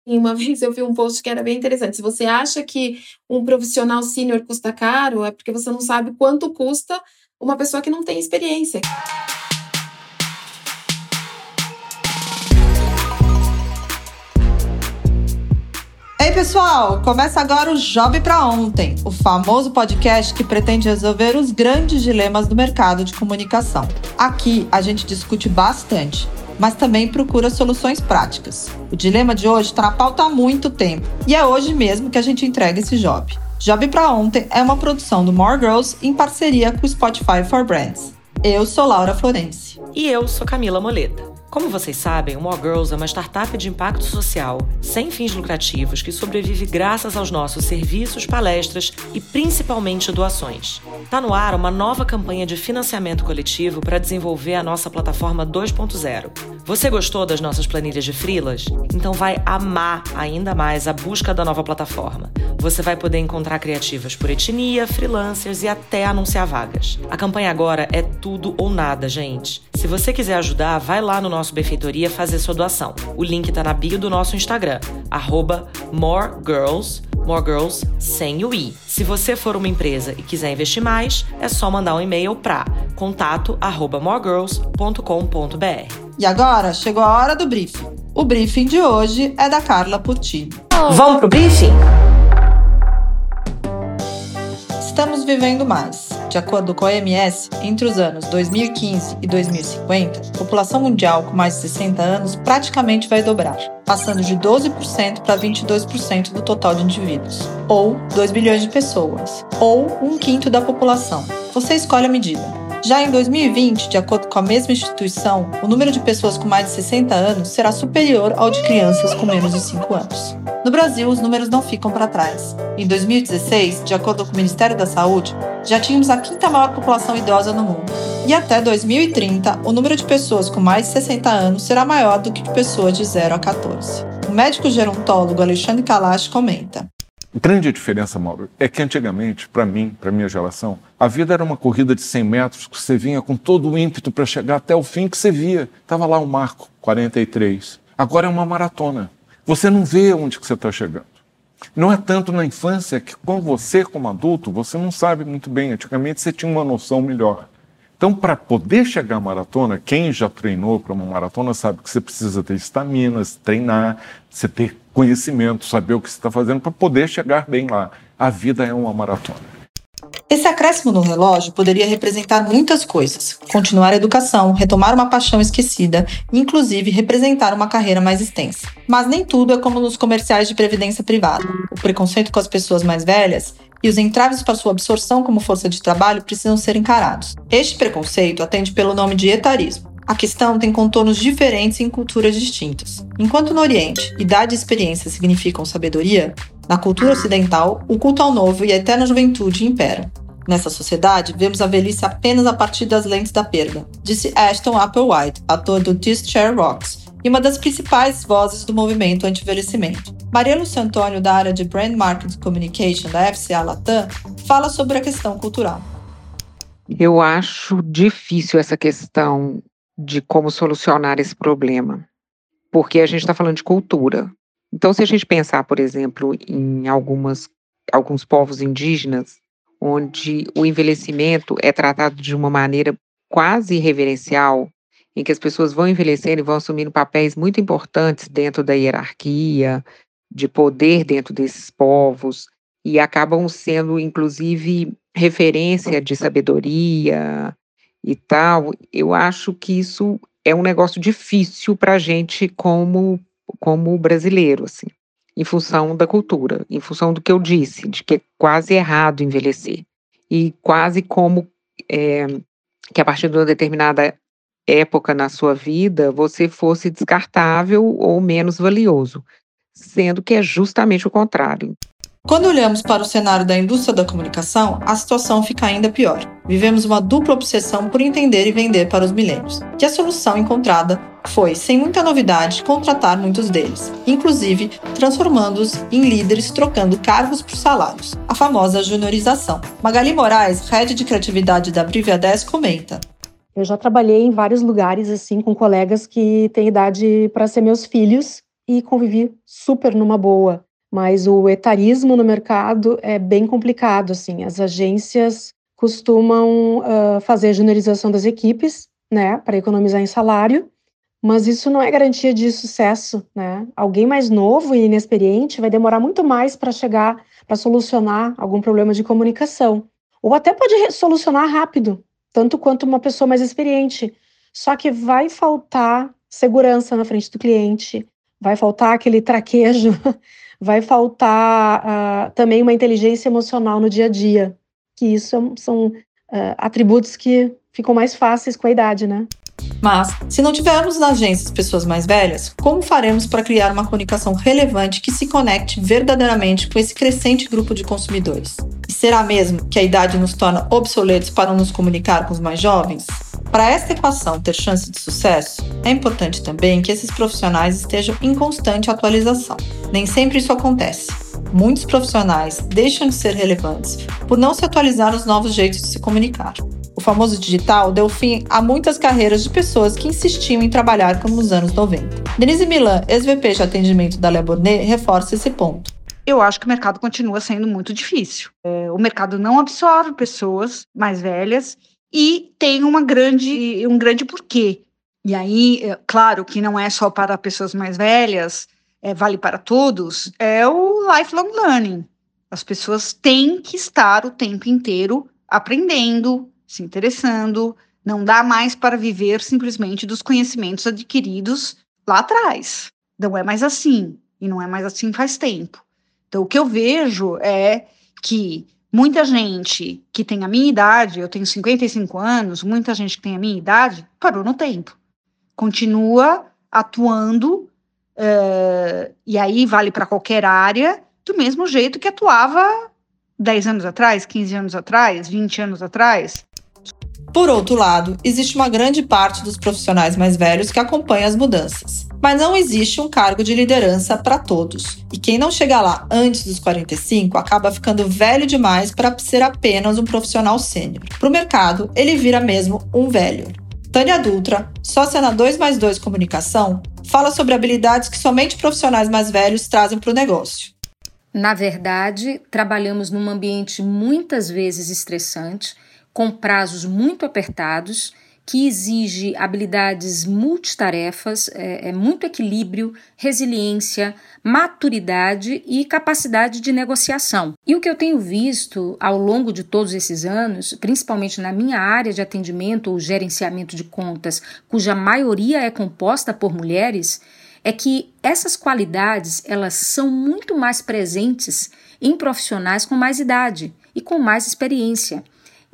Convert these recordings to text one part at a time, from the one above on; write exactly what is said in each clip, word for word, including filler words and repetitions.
E uma vez eu vi um post que era bem interessante. Se você acha que um profissional sênior custa caro, é porque você não sabe quanto custa uma pessoa que não tem experiência. Ei, pessoal! Começa agora o Job pra Ontem, o famoso podcast que pretende resolver os grandes dilemas do mercado de comunicação. Aqui a gente discute bastante, mas também procura soluções práticas. O dilema de hoje está na pauta há muito tempo e é hoje mesmo que a gente entrega esse job. Job pra Ontem é uma produção do More Girls em parceria com o Spotify for Brands. Eu sou Laura Florence. E eu sou Camila Moleta. Como vocês sabem, o More Girls é uma startup de impacto social, sem fins lucrativos, que sobrevive graças aos nossos serviços, palestras e principalmente doações. Tá no ar uma nova campanha de financiamento coletivo para desenvolver a nossa plataforma dois ponto zero. Você gostou das nossas planilhas de freelas? Então vai amar ainda mais a busca da nova plataforma. Você vai poder encontrar criativas por etnia, freelancers e até anunciar vagas. A campanha agora é tudo ou nada, gente. Se você quiser ajudar, vai lá no nosso Benfeitoria fazer sua doação. O link tá na bio do nosso Instagram, arroba moregirls, moregirls sem o i. Se você for uma empresa e quiser investir mais, é só mandar um e-mail para contato arroba moregirls ponto com ponto b r. E agora chegou a hora do briefing. O briefing de hoje é da Carla Pucci. Vamos pro briefing? Estamos vivendo mais. De acordo com a O M S, entre os anos dois mil e quinze e dois mil e cinquenta, a população mundial com mais de sessenta anos praticamente vai dobrar, passando de doze por cento para vinte e dois por cento do total de indivíduos, ou dois bilhões de pessoas, ou um quinto da população. Você escolhe a medida. Já em dois mil e vinte, de acordo com a mesma instituição, o número de pessoas com mais de sessenta anos será superior ao de crianças com menos de cinco anos. No Brasil, os números não ficam para trás. Em dois mil e dezesseis, de acordo com o Ministério da Saúde, já tínhamos a quinta maior população idosa no mundo. E até dois mil e trinta, o número de pessoas com mais de sessenta anos será maior do que de pessoas de zero a catorze. O médico gerontólogo Alexandre Kalash comenta: A grande diferença, Mauro, é que antigamente, para mim, para minha geração, a vida era uma corrida de cem metros que você vinha com todo o ímpeto para chegar até o fim que você via. Estava lá o marco, quarenta e três. Agora é uma maratona. Você não vê onde que você está chegando. Não é tanto na infância que, com você como adulto, você não sabe muito bem. Antigamente você tinha uma noção melhor. Então, para poder chegar à maratona, quem já treinou para uma maratona sabe que você precisa ter estamina, treinar, você ter conhecimento, saber o que você está fazendo para poder chegar bem lá. A vida é uma maratona. Esse acréscimo no relógio poderia representar muitas coisas. Continuar a educação, retomar uma paixão esquecida e, inclusive, representar uma carreira mais extensa. Mas nem tudo é como nos comerciais de previdência privada. O preconceito com as pessoas mais velhas e os entraves para sua absorção como força de trabalho precisam ser encarados. Este preconceito atende pelo nome de etarismo. A questão tem contornos diferentes em culturas distintas. Enquanto no Oriente, idade e experiência significam sabedoria, na cultura ocidental, o culto ao novo e a eterna juventude imperam. Nessa sociedade, vemos a velhice apenas a partir das lentes da perda, disse Ashton Applewhite, ator do This Chair Rocks, e uma das principais vozes do movimento anti-envelhecimento. Maria Lúcia Antônio, da área de Brand Market Communication da F C A Latam, fala sobre a questão cultural. Eu acho difícil essa questão de como solucionar esse problema, porque a gente está falando de cultura. Então, se a gente pensar, por exemplo, em algumas, alguns povos indígenas, onde o envelhecimento é tratado de uma maneira quase irreverencial, em que as pessoas vão envelhecendo e vão assumindo papéis muito importantes dentro da hierarquia, de poder dentro desses povos, e acabam sendo, inclusive, referência de sabedoria e tal. Eu acho que isso é um negócio difícil para a gente como, como brasileiro, assim, em função da cultura, em função do que eu disse, de que é quase errado envelhecer. E quase como é, que a partir de uma determinada época na sua vida, você fosse descartável ou menos valioso, sendo que é justamente o contrário. Quando olhamos para o cenário da indústria da comunicação, a situação fica ainda pior. Vivemos uma dupla obsessão por entender e vender para os milênios. E a solução encontrada foi, sem muita novidade, contratar muitos deles, inclusive transformando-os em líderes trocando cargos por salários, a famosa juniorização. Magali Moraes, head de criatividade da Brivia dez, comenta: Eu já trabalhei em vários lugares assim com colegas que têm idade para ser meus filhos e convivi super numa boa. Mas o etarismo no mercado é bem complicado, assim. As agências costumam uh, fazer a juniorização das equipes, né, para economizar em salário, mas isso não é garantia de sucesso, né? Alguém mais novo e inexperiente vai demorar muito mais para chegar, para solucionar algum problema de comunicação. Ou até pode solucionar rápido, tanto quanto uma pessoa mais experiente. Só que vai faltar segurança na frente do cliente, vai faltar aquele traquejo, vai faltar uh, também uma inteligência emocional no dia a dia, que isso é, são uh, atributos que ficam mais fáceis com a idade, né? Mas, se não tivermos na agência pessoas mais velhas, como faremos para criar uma comunicação relevante que se conecte verdadeiramente com esse crescente grupo de consumidores? E será mesmo que a idade nos torna obsoletos para nos comunicar com os mais jovens? Para esta equação ter chance de sucesso, é importante também que esses profissionais estejam em constante atualização. Nem sempre isso acontece. Muitos profissionais deixam de ser relevantes por não se atualizar nos novos jeitos de se comunicar. O famoso digital deu fim a muitas carreiras de pessoas que insistiam em trabalhar como nos anos noventa. Denise Milan, ex-V P de atendimento da Le Bornet, reforça esse ponto. Eu acho que o mercado continua sendo muito difícil. É, o mercado não absorve pessoas mais velhas e tem uma grande, um grande porquê. E aí, é, claro que não é só para pessoas mais velhas, é, vale para todos, é o lifelong learning. As pessoas têm que estar o tempo inteiro aprendendo, se interessando, não dá mais para viver simplesmente dos conhecimentos adquiridos lá atrás. Não é mais assim, e não é mais assim faz tempo. Então, o que eu vejo é que muita gente que tem a minha idade, eu tenho cinquenta e cinco anos, muita gente que tem a minha idade, parou no tempo. Continua atuando, uh, e aí vale para qualquer área, do mesmo jeito que atuava dez anos atrás, quinze anos atrás, vinte anos atrás. Por outro lado, existe uma grande parte dos profissionais mais velhos que acompanha as mudanças. Mas não existe um cargo de liderança para todos. E quem não chega lá antes dos quarenta e cinco acaba ficando velho demais para ser apenas um profissional sênior. Para o mercado, ele vira mesmo um velho. Tânia Dutra, sócia na dois mais dois Comunicação, fala sobre habilidades que somente profissionais mais velhos trazem para o negócio. Na verdade, trabalhamos num ambiente muitas vezes estressante, com prazos muito apertados, que exige habilidades multitarefas, é, é muito equilíbrio, resiliência, maturidade e capacidade de negociação. E o que eu tenho visto ao longo de todos esses anos, principalmente na minha área de atendimento ou gerenciamento de contas, cuja maioria é composta por mulheres, é que essas qualidades elas são muito mais presentes em profissionais com mais idade e com mais experiência.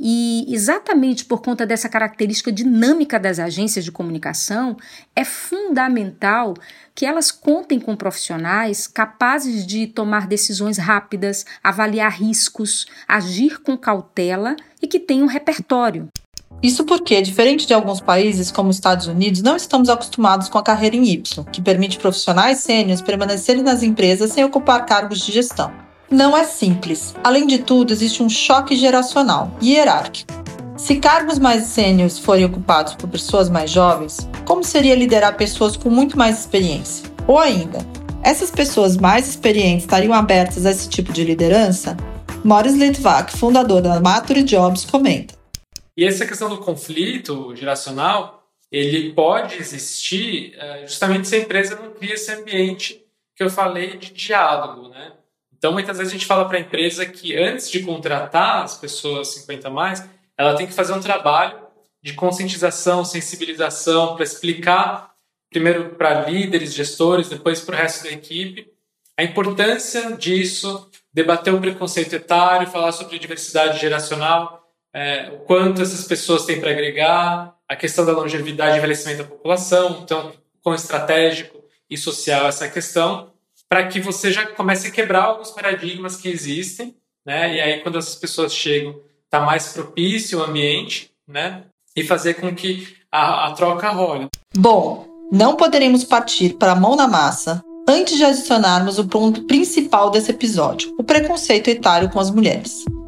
E exatamente por conta dessa característica dinâmica das agências de comunicação, é fundamental que elas contem com profissionais capazes de tomar decisões rápidas, avaliar riscos, agir com cautela e que tenham repertório. Isso porque, diferente de alguns países como os Estados Unidos, não estamos acostumados com a carreira em Y, que permite profissionais sêniores permanecerem nas empresas sem ocupar cargos de gestão. Não é simples. Além de tudo, existe um choque geracional e hierárquico. Se cargos mais sêniores forem ocupados por pessoas mais jovens, como seria liderar pessoas com muito mais experiência? Ou ainda, essas pessoas mais experientes estariam abertas a esse tipo de liderança? Maurice Litvak, fundador da Mature Jobs, comenta. E essa questão do conflito geracional, ele pode existir justamente se a empresa não cria esse ambiente que eu falei de diálogo, né? Então, muitas vezes a gente fala para a empresa que antes de contratar as pessoas cinquenta a mais, ela tem que fazer um trabalho de conscientização, sensibilização, para explicar, primeiro para líderes, gestores, depois para o resto da equipe, a importância disso, debater o preconceito etário, falar sobre diversidade geracional, é, o quanto essas pessoas têm para agregar, a questão da longevidade e envelhecimento da população, então, quão estratégico e social essa questão, para que você já comece a quebrar alguns paradigmas que existem, né? E aí, quando essas pessoas chegam, está mais propício o ambiente, né? E fazer com que a, a troca role. Bom, não poderemos partir para a mão na massa antes de adicionarmos o ponto principal desse episódio, o preconceito etário com as mulheres.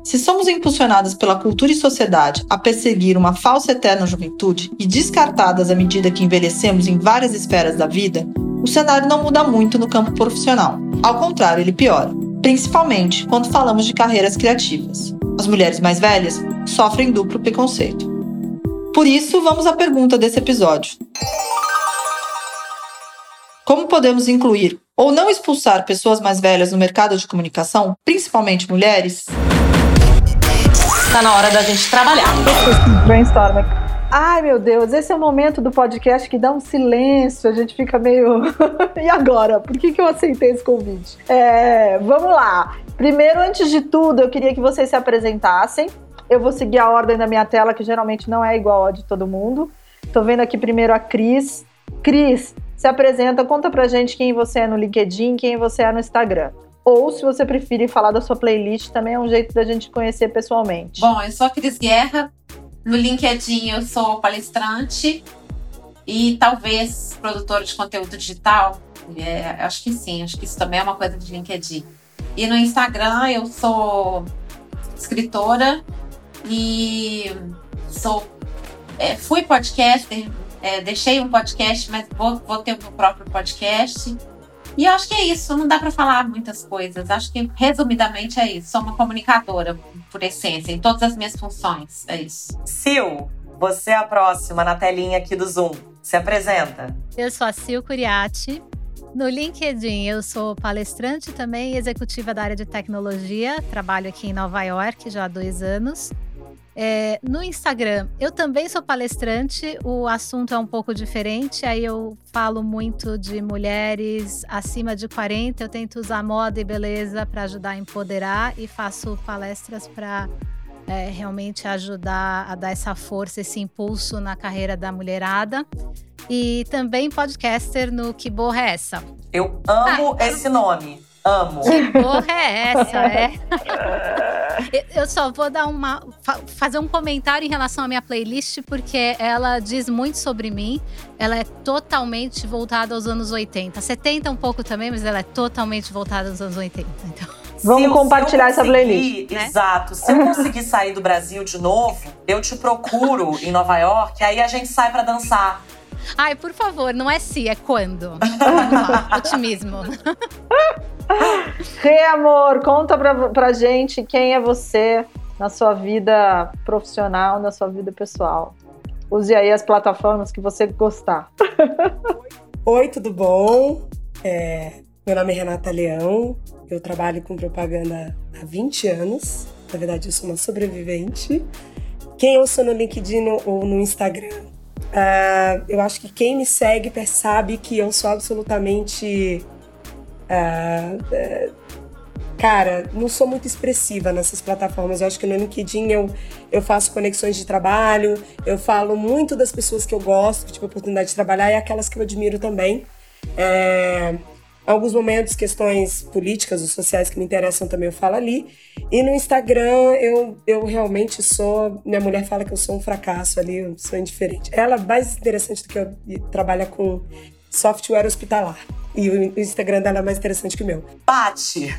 Se somos impulsionadas pela cultura e sociedade a perseguir uma falsa eterna juventude e descartadas à medida que envelhecemos em várias esferas da vida, o cenário não muda muito no campo profissional. Ao contrário, ele piora, principalmente quando falamos de carreiras criativas. As mulheres mais velhas sofrem duplo preconceito. Por isso, vamos à pergunta desse episódio. Como podemos incluir ou não expulsar pessoas mais velhas no mercado de comunicação, principalmente mulheres? Tá na hora da gente trabalhar. Brainstorming. Ai, meu Deus, esse é o momento do podcast que dá um silêncio, a gente fica meio... E agora? Por que que eu aceitei esse convite? É, vamos lá. Primeiro, antes de tudo, eu queria que vocês se apresentassem. Eu vou seguir a ordem da minha tela, que geralmente não é igual a de todo mundo. Tô vendo aqui primeiro a Cris. Cris, se apresenta, conta pra gente quem você é no LinkedIn, quem você é no Instagram. Ou, se você preferir falar da sua playlist, também é um jeito da gente conhecer pessoalmente. Bom, eu sou a Cris Guerra. No LinkedIn eu sou palestrante e talvez produtora de conteúdo digital. É, acho que sim, acho que isso também é uma coisa de LinkedIn. E no Instagram eu sou escritora e sou, é, fui podcaster, é, deixei um podcast, mas vou, vou ter o meu próprio podcast. E eu acho que é isso, não dá para falar muitas coisas. Acho que, resumidamente, é isso. Sou uma comunicadora, por essência, em todas as minhas funções. É isso. Sil, você é a próxima na telinha aqui do Zoom. Se apresenta. Eu sou a Sil Curiati. No LinkedIn, eu sou palestrante também, executiva da área de tecnologia. Trabalho aqui em Nova York já há dois anos. É, no Instagram, eu também sou palestrante, o assunto é um pouco diferente, aí eu falo muito de mulheres acima de quarenta, eu tento usar moda e beleza para ajudar a empoderar e faço palestras para é, realmente ajudar a dar essa força, esse impulso na carreira da mulherada. E também podcaster no Que Borra é Essa? Eu amo ah, esse nome. Amo. Que porra é essa, é? Eu só vou dar uma, fazer um comentário em relação à minha playlist, porque ela diz muito sobre mim. Ela é totalmente voltada aos anos oitenta. setenta um pouco também, mas ela é totalmente voltada aos anos oitenta. Então. Vamos se compartilhar essa playlist. Né? Exato. Se eu conseguir sair do Brasil de novo, eu te procuro em Nova York, aí a gente sai pra dançar. Ai, por favor, não é se, é quando. Vamos lá, otimismo. Rê, amor, conta pra, pra gente quem é você na sua vida profissional, na sua vida pessoal. Use aí as plataformas que você gostar. Oi, tudo bom? É, meu nome é Renata Leão, eu trabalho com propaganda há vinte anos. Na verdade, eu sou uma sobrevivente. Quem eu sou no LinkedIn ou no Instagram? Uh, eu acho que quem me segue percebe que eu sou absolutamente... Uh, uh, cara, não sou muito expressiva nessas plataformas. Eu acho que no LinkedIn eu, eu faço conexões de trabalho, eu falo muito das pessoas que eu gosto, que tive a oportunidade de trabalhar, e aquelas que eu admiro também. É, em alguns momentos, questões políticas ou sociais que me interessam também eu falo ali. E no Instagram eu, eu realmente sou... Minha mulher fala que eu sou um fracasso ali, eu sou indiferente. Ela é mais interessante do que eu, trabalha com software hospitalar. E o Instagram dela é mais interessante que o meu. Pati!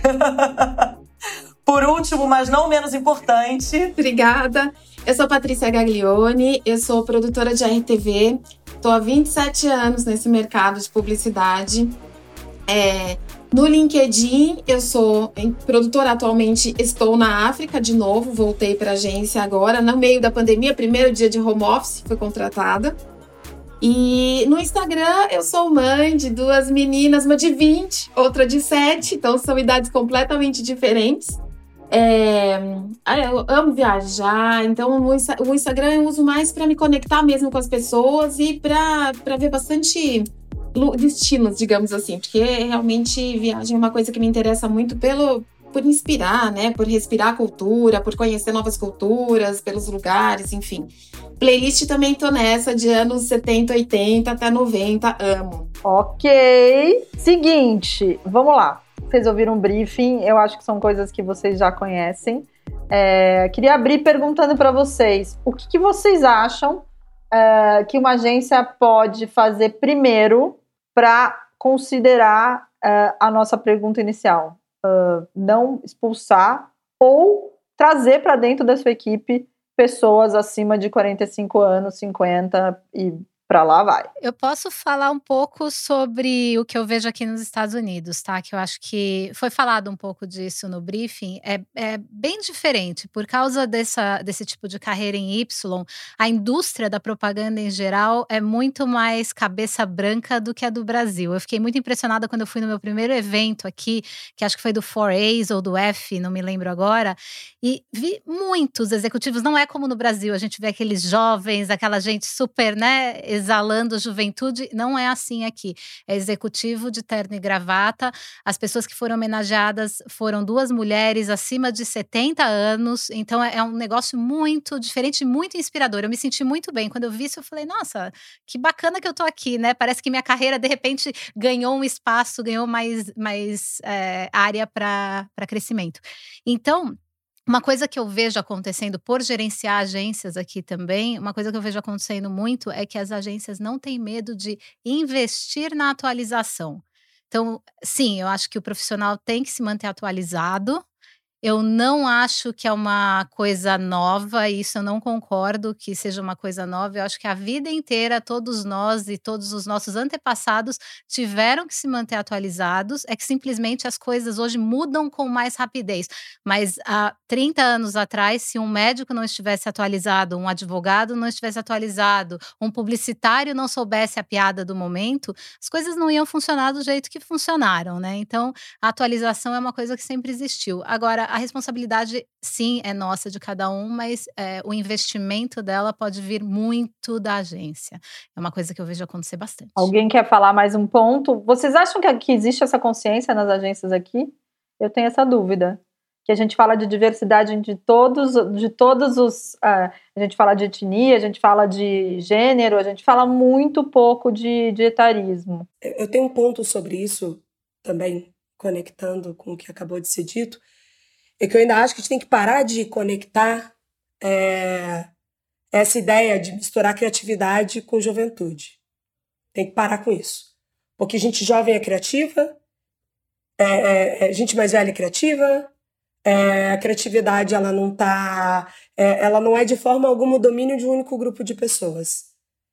Por último, mas não menos importante... Obrigada. Eu sou Patrícia Gaglione, eu sou produtora de R T V. Estou há vinte e sete anos nesse mercado de publicidade. É, no LinkedIn, eu sou produtora atualmente, estou na África de novo, voltei para a agência agora, no meio da pandemia, primeiro dia de home office, fui contratada. E no Instagram eu sou mãe de duas meninas, uma de vinte, outra de sete, então são idades completamente diferentes. É, eu amo viajar, então o Instagram eu uso mais para me conectar mesmo com as pessoas e para ver bastante destinos, digamos assim, porque realmente viagem é uma coisa que me interessa muito pelo, por inspirar, né? Por respirar a cultura, por conhecer novas culturas, pelos lugares, enfim. Playlist também tô nessa, de anos setenta, oitenta até noventa, amo. Ok. Seguinte, vamos lá. Vocês ouviram um briefing, eu acho que são coisas que vocês já conhecem. É, queria abrir perguntando para vocês, o que, que vocês acham é, que uma agência pode fazer primeiro para considerar é, a nossa pergunta inicial? Uh, não expulsar ou trazer para dentro da sua equipe pessoas acima de quarenta e cinco anos, cinquenta e para lá vai. Eu posso falar um pouco sobre o que eu vejo aqui nos Estados Unidos, tá? Que eu acho que foi falado um pouco disso no briefing. É, é bem diferente. Por causa dessa, desse tipo de carreira em Y, a indústria da propaganda em geral é muito mais cabeça branca do que a do Brasil. Eu fiquei muito impressionada quando eu fui no meu primeiro evento aqui, que acho que foi do quatro A's ou do F, não me lembro agora, e vi muitos executivos. Não é como no Brasil, a gente vê aqueles jovens, aquela gente super, né, exalando juventude. Não é assim aqui. É executivo de terno e gravata. As pessoas que foram homenageadas foram duas mulheres acima de setenta anos. Então é, é um negócio muito diferente, muito inspirador. Eu me senti muito bem. Quando eu vi isso, eu falei, nossa, que bacana que eu tô aqui, né? Parece que minha carreira, de repente, ganhou um espaço, ganhou mais, mais é, área para crescimento. Então, uma coisa que eu vejo acontecendo por gerenciar agências aqui também, uma coisa que eu vejo acontecendo muito é que as agências não têm medo de investir na atualização. Então, sim, eu acho que o profissional tem que se manter atualizado. Eu não acho que é uma coisa nova, isso eu não concordo que seja uma coisa nova. Eu acho que a vida inteira, todos nós e todos os nossos antepassados tiveram que se manter atualizados. É que simplesmente as coisas hoje mudam com mais rapidez. Mas há trinta anos atrás, se um médico não estivesse atualizado, um advogado não estivesse atualizado, um publicitário não soubesse a piada do momento, as coisas não iam funcionar do jeito que funcionaram, né? Então, a atualização é uma coisa que sempre existiu. Agora, a responsabilidade, sim, é nossa, de cada um, mas é, o investimento dela pode vir muito da agência. É uma coisa que eu vejo acontecer bastante. Alguém quer falar mais um ponto? Vocês acham que aqui existe essa consciência nas agências aqui? Eu tenho essa dúvida. Que a gente fala de diversidade de todos, de todos os... Uh, a gente fala de etnia, a gente fala de gênero, a gente fala muito pouco de, de etarismo. Eu tenho um ponto sobre isso também, conectando com o que acabou de ser dito, é que eu ainda acho que a gente tem que parar de conectar é, essa ideia de misturar criatividade com juventude. Tem que parar com isso. Porque gente jovem é criativa, é, é, gente mais velha é criativa, é, a criatividade ela não, tá, é, ela não é de forma alguma o domínio de um único grupo de pessoas.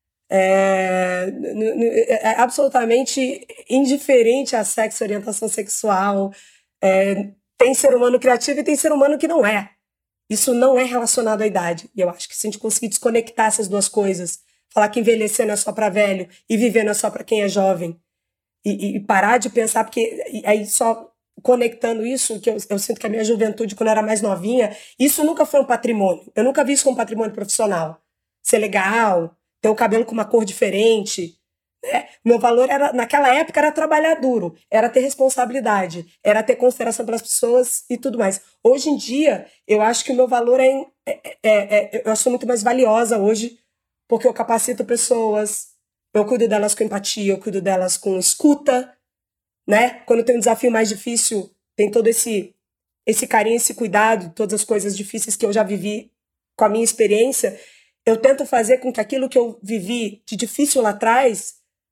É, é absolutamente indiferente a sexo, orientação sexual, é, tem ser humano criativo e tem ser humano que não é. Isso não é relacionado à idade. E eu acho que se a gente conseguir desconectar essas duas coisas, falar que envelhecer não é só para velho e viver não é só para quem é jovem, e, e parar de pensar, porque aí só conectando isso, que eu, eu sinto que a minha juventude, quando eu era mais novinha, isso nunca foi um patrimônio. Eu nunca vi isso como patrimônio profissional. Ser legal, ter o cabelo com uma cor diferente. Né? Meu valor era, naquela época era trabalhar duro, era ter responsabilidade, era ter consideração pelas pessoas e tudo mais. Hoje em dia, eu acho que o meu valor é, é, é, é eu sou muito mais valiosa hoje, porque eu capacito pessoas, eu cuido delas com empatia, eu cuido delas com escuta, né? Quando tem um desafio mais difícil, tem todo esse, esse carinho, esse cuidado, todas as coisas difíceis que eu já vivi com a minha experiência, eu tento fazer com que aquilo que eu vivi de difícil lá atrás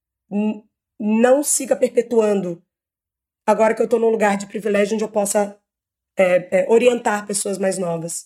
não siga perpetuando, agora que eu estou num lugar de privilégio onde eu possa é, é, orientar pessoas mais novas.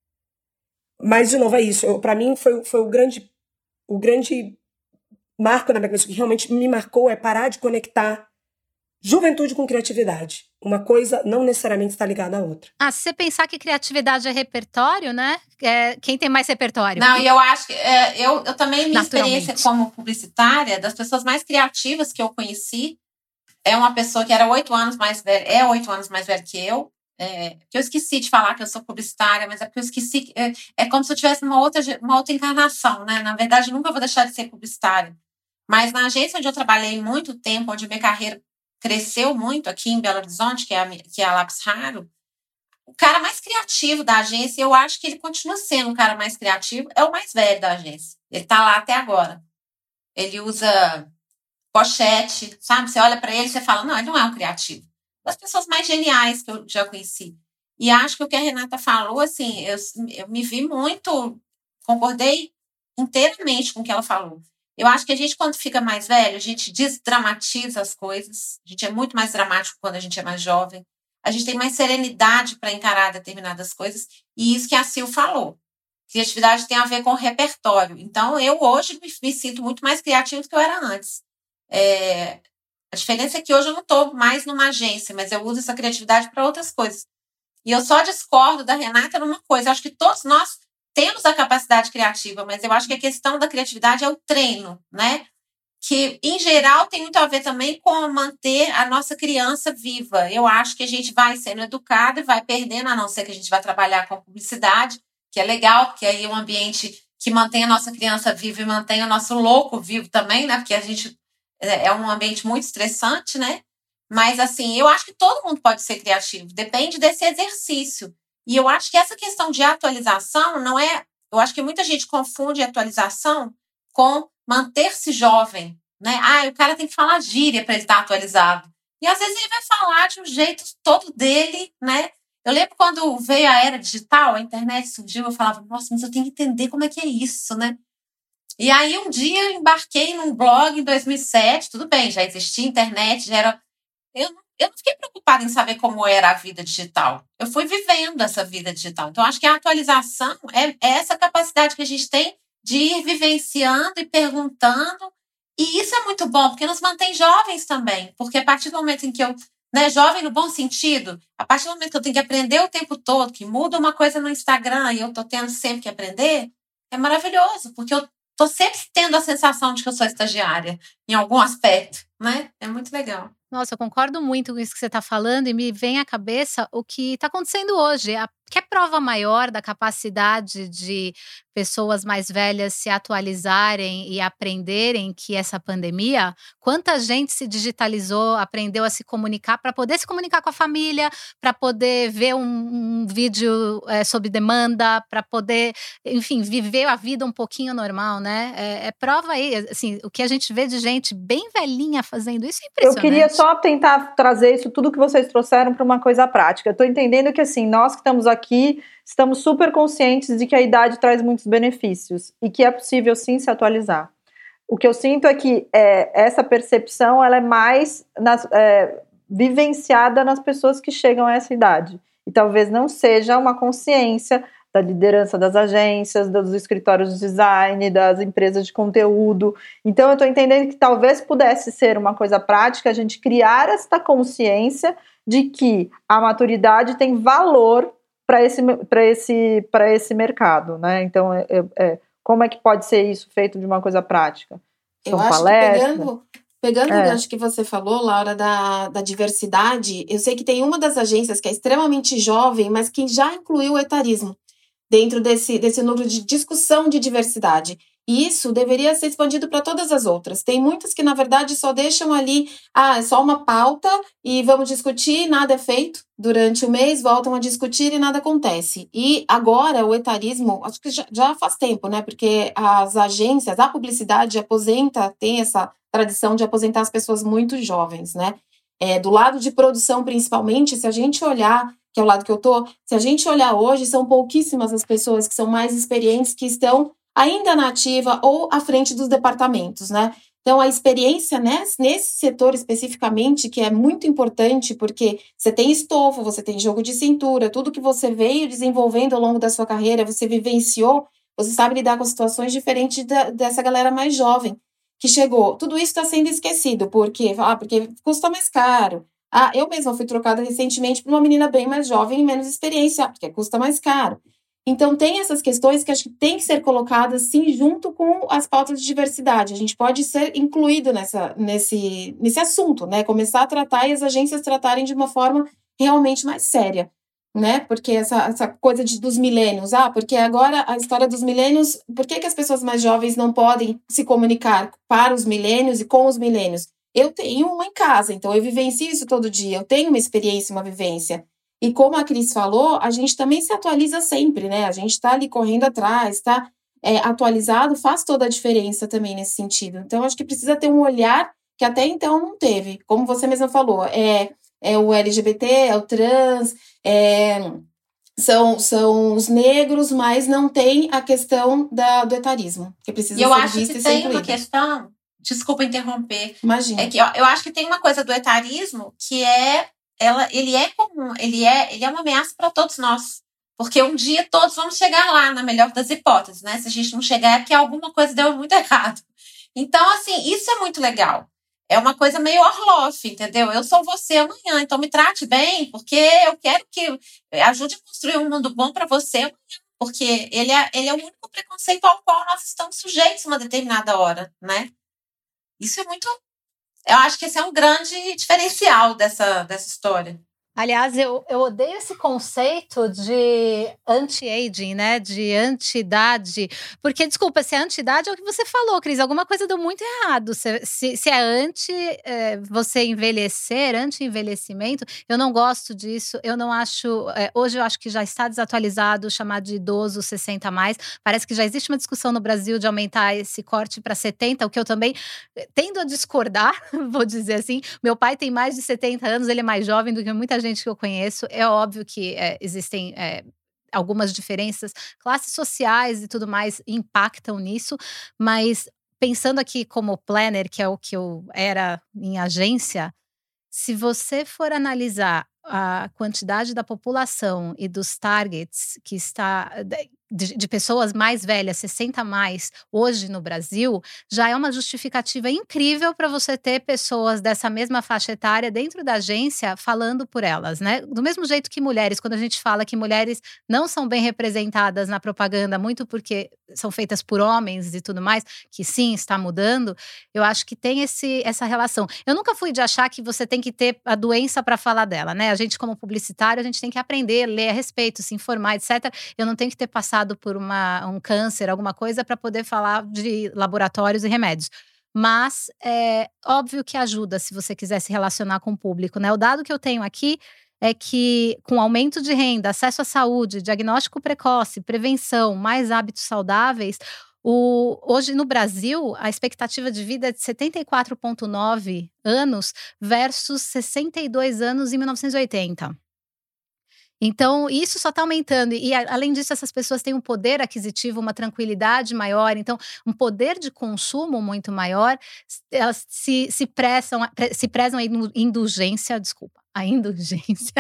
Mas, de novo, é isso. Para mim, foi, foi o, grande, o grande marco na minha cabeça, que realmente me marcou, é parar de conectar juventude com criatividade. Uma coisa não necessariamente está ligada à outra. Ah, se você pensar que criatividade é repertório, né? É, quem tem mais repertório? Não, e eu acho que... É, eu, eu também, minha experiência como publicitária, das pessoas mais criativas que eu conheci, é uma pessoa que era oito anos mais velha, é oito anos mais velha que eu, é, que eu esqueci de falar que eu sou publicitária, mas é porque eu esqueci... É, é como se eu tivesse uma outra, uma outra encarnação, né? Na verdade, nunca vou deixar de ser publicitária. Mas na agência onde eu trabalhei muito tempo, onde minha carreira cresceu muito aqui em Belo Horizonte, que é a, que é a Lápis Raro, o cara mais criativo da agência, eu acho que ele continua sendo o cara mais criativo, é o mais velho da agência. Ele tá lá até agora. Ele usa pochete, sabe? Você olha para ele e você fala, não, ele não é um criativo. Das pessoas mais geniais que eu já conheci. E acho que o que a Renata falou, assim, eu, eu me vi muito, concordei inteiramente com o que ela falou. Eu acho que a gente, quando fica mais velho, a gente desdramatiza as coisas. A gente é muito mais dramático quando a gente é mais jovem. a gente tem mais serenidade para encarar determinadas coisas, e isso que a Sil falou. Criatividade tem a ver com repertório. Então, eu hoje me, me sinto muito mais criativa do que eu era antes. É, a diferença é que hoje eu não estou mais numa agência, mas eu uso essa criatividade para outras coisas. E eu só discordo da Renata numa coisa. Eu acho que todos nós temos a capacidade criativa, mas eu acho que a questão da criatividade é o treino, né? Que, em geral, tem muito a ver também com manter a nossa criança viva. Eu acho que a gente vai sendo educado e vai perdendo, a não ser que a gente vá trabalhar com publicidade, que é legal, porque aí é um ambiente que mantém a nossa criança viva e mantém o nosso louco vivo também, né? Porque a gente é um ambiente muito estressante, né? Mas, assim, eu acho que todo mundo pode ser criativo, depende desse exercício. E eu acho que essa questão de atualização não é... Eu acho que muita gente confunde atualização com manter-se jovem, né? Ah, o cara tem que falar gíria para ele estar atualizado. E, às vezes, ele vai falar de um jeito todo dele, né? Eu lembro quando veio a era digital, a internet surgiu, eu falava, nossa, mas eu tenho que entender como é que é isso, né? E aí, um dia, eu embarquei num blog em dois mil e sete, tudo bem, já existia internet, já era... Eu, eu não fiquei preocupada em saber como era a vida digital. Eu fui vivendo essa vida digital. Então, acho que a atualização é, é essa capacidade que a gente tem de ir vivenciando e perguntando. E isso é muito bom, porque nos mantém jovens também. Porque a partir do momento em que eu... Né, jovem no bom sentido, a partir do momento que eu tenho que aprender o tempo todo, que muda uma coisa no Instagram e eu tô tendo sempre que aprender, é maravilhoso, porque eu tô sempre tendo a sensação de que eu sou estagiária, em algum aspecto, né? É muito legal. Nossa, eu concordo muito com isso que você está falando e me vem à cabeça o que está acontecendo hoje. A, que é prova maior da capacidade de pessoas mais velhas se atualizarem e aprenderem que essa pandemia, quanta gente se digitalizou, aprendeu a se comunicar para poder se comunicar com a família, para poder ver um, um vídeo é, sob demanda, para poder, enfim, viver a vida um pouquinho normal, né? É, é prova aí, assim, o que a gente vê de gente bem velhinha fazendo isso é impressionante. Eu queria só tentar trazer isso tudo que vocês trouxeram para uma coisa prática. Eu estou entendendo que, assim, nós que estamos aqui, estamos super conscientes de que a idade traz muitos benefícios e que é possível, sim, se atualizar. O que eu sinto é que é, essa percepção ela é mais nas, é, vivenciada nas pessoas que chegam a essa idade. E talvez não seja uma consciência da liderança das agências, dos escritórios de design, das empresas de conteúdo. Então, eu estou entendendo que talvez pudesse ser uma coisa prática a gente criar esta consciência de que a maturidade tem valor para esse, para esse, para esse mercado, né? Então, é, é, como é que pode ser isso feito de uma coisa prática? São eu acho palestras? que pegando... Pegando é. o gancho que você falou, Laura, da, da diversidade, eu sei que tem uma das agências que é extremamente jovem, mas que já incluiu o etarismo dentro desse, desse núcleo de discussão de diversidade. E isso deveria ser expandido para todas as outras. Tem muitas que, na verdade, só deixam ali, ah, é só uma pauta e vamos discutir, nada é feito. Durante o mês, voltam a discutir e nada acontece. E agora, o etarismo, acho que já, já faz tempo, né? Porque as agências, a publicidade aposenta, tem essa tradição de aposentar as pessoas muito jovens, né? É, do lado de produção, principalmente, se a gente olhar, que é o lado que eu tô, se a gente olhar hoje, são pouquíssimas as pessoas que são mais experientes, que estão ainda na ativa ou à frente dos departamentos, né? Então, a experiência nesse, nesse setor especificamente, que é muito importante, porque você tem estofo, você tem jogo de cintura, tudo que você veio desenvolvendo ao longo da sua carreira, você vivenciou, você sabe lidar com situações diferentes da, dessa galera mais jovem que chegou. Tudo isso está sendo esquecido, porque, ah, porque custa mais caro. Ah, eu mesma fui trocada recentemente por uma menina bem mais jovem e menos experiência, porque custa mais caro. Então, tem essas questões que acho que tem que ser colocadas, sim, junto com as pautas de diversidade. A gente pode ser incluído nessa, nesse, nesse assunto, né? Começar a tratar e as agências tratarem de uma forma realmente mais séria, né? Porque essa, essa coisa de, dos milênios, ah, porque agora a história dos milênios, por que, que as pessoas mais jovens não podem se comunicar para os milênios e com os milênios? Eu tenho uma em casa, então eu vivencio isso todo dia, eu tenho uma experiência, uma vivência. E como a Cris falou, a gente também se atualiza sempre, né? A gente está ali correndo atrás, está é, atualizado, faz toda a diferença também nesse sentido. Então, acho que precisa ter um olhar que até então não teve. Como você mesma falou, é, é o L G B T, é o trans, é, são, são os negros, mas não tem a questão da, do etarismo, que precisa e eu ser acho vista que e tem ser incluída. uma questão, desculpa interromper, Imagina. é que eu, eu acho que tem uma coisa do etarismo que é ela, ele é comum, ele é, ele é uma ameaça para todos nós. Porque um dia todos vamos chegar lá, na melhor das hipóteses, né? Se a gente não chegar é que alguma coisa deu muito errado. Então, assim, isso é muito legal. É uma coisa meio Orloff, entendeu? Eu sou você amanhã, então me trate bem, porque eu quero que ajude a construir um mundo bom para você amanhã. Porque ele é, ele é o único preconceito ao qual nós estamos sujeitos uma determinada hora, né? Isso é muito... Eu acho que esse é um grande diferencial dessa, dessa história. Aliás, eu, eu odeio esse conceito de anti-aging, né? De anti-idade. Porque, desculpa, se é anti-idade é o que você falou, Cris. Alguma coisa deu muito errado. Se, se, se é anti é, você envelhecer, anti-envelhecimento, eu não gosto disso. Eu não acho... É, hoje eu acho que já está desatualizado chamar de idoso sessenta a mais. Parece que já existe uma discussão no Brasil de aumentar esse corte para setenta, o que eu também tendo a discordar, vou dizer assim. Meu pai tem mais de setenta anos, ele é mais jovem do que muita gente que eu conheço. É óbvio que é, existem é, algumas diferenças, classes sociais e tudo mais impactam nisso, mas pensando aqui como planner, que é o que eu era em agência, se você for analisar a quantidade da população e dos targets que está de, de pessoas mais velhas, sessenta a mais, hoje no Brasil, já é uma justificativa incrível para você ter pessoas dessa mesma faixa etária dentro da agência falando por elas, né? Do mesmo jeito que mulheres, quando a gente fala que mulheres não são bem representadas na propaganda, muito porque são feitas por homens e tudo mais, que sim, está mudando, eu acho que tem esse, essa relação. Eu nunca fui de achar que você tem que ter a doença para falar dela, né? A gente, como publicitário, a gente tem que aprender, ler a respeito, se informar, etcétera. Eu não tenho que ter passado por uma, um câncer, alguma coisa, para poder falar de laboratórios e remédios. Mas é óbvio que ajuda se você quiser se relacionar com o público, né? O dado que eu tenho aqui é que com aumento de renda, acesso à saúde, diagnóstico precoce, prevenção, mais hábitos saudáveis, o, hoje no Brasil a expectativa de vida é de setenta e quatro vírgula nove anos versus sessenta e dois anos em mil novecentos e oitenta. Então, isso só está aumentando. E, além disso, essas pessoas têm um poder aquisitivo, uma tranquilidade maior. Então, um poder de consumo muito maior. Elas se, se, pressam, se prezam a indulgência, desculpa, a indulgência.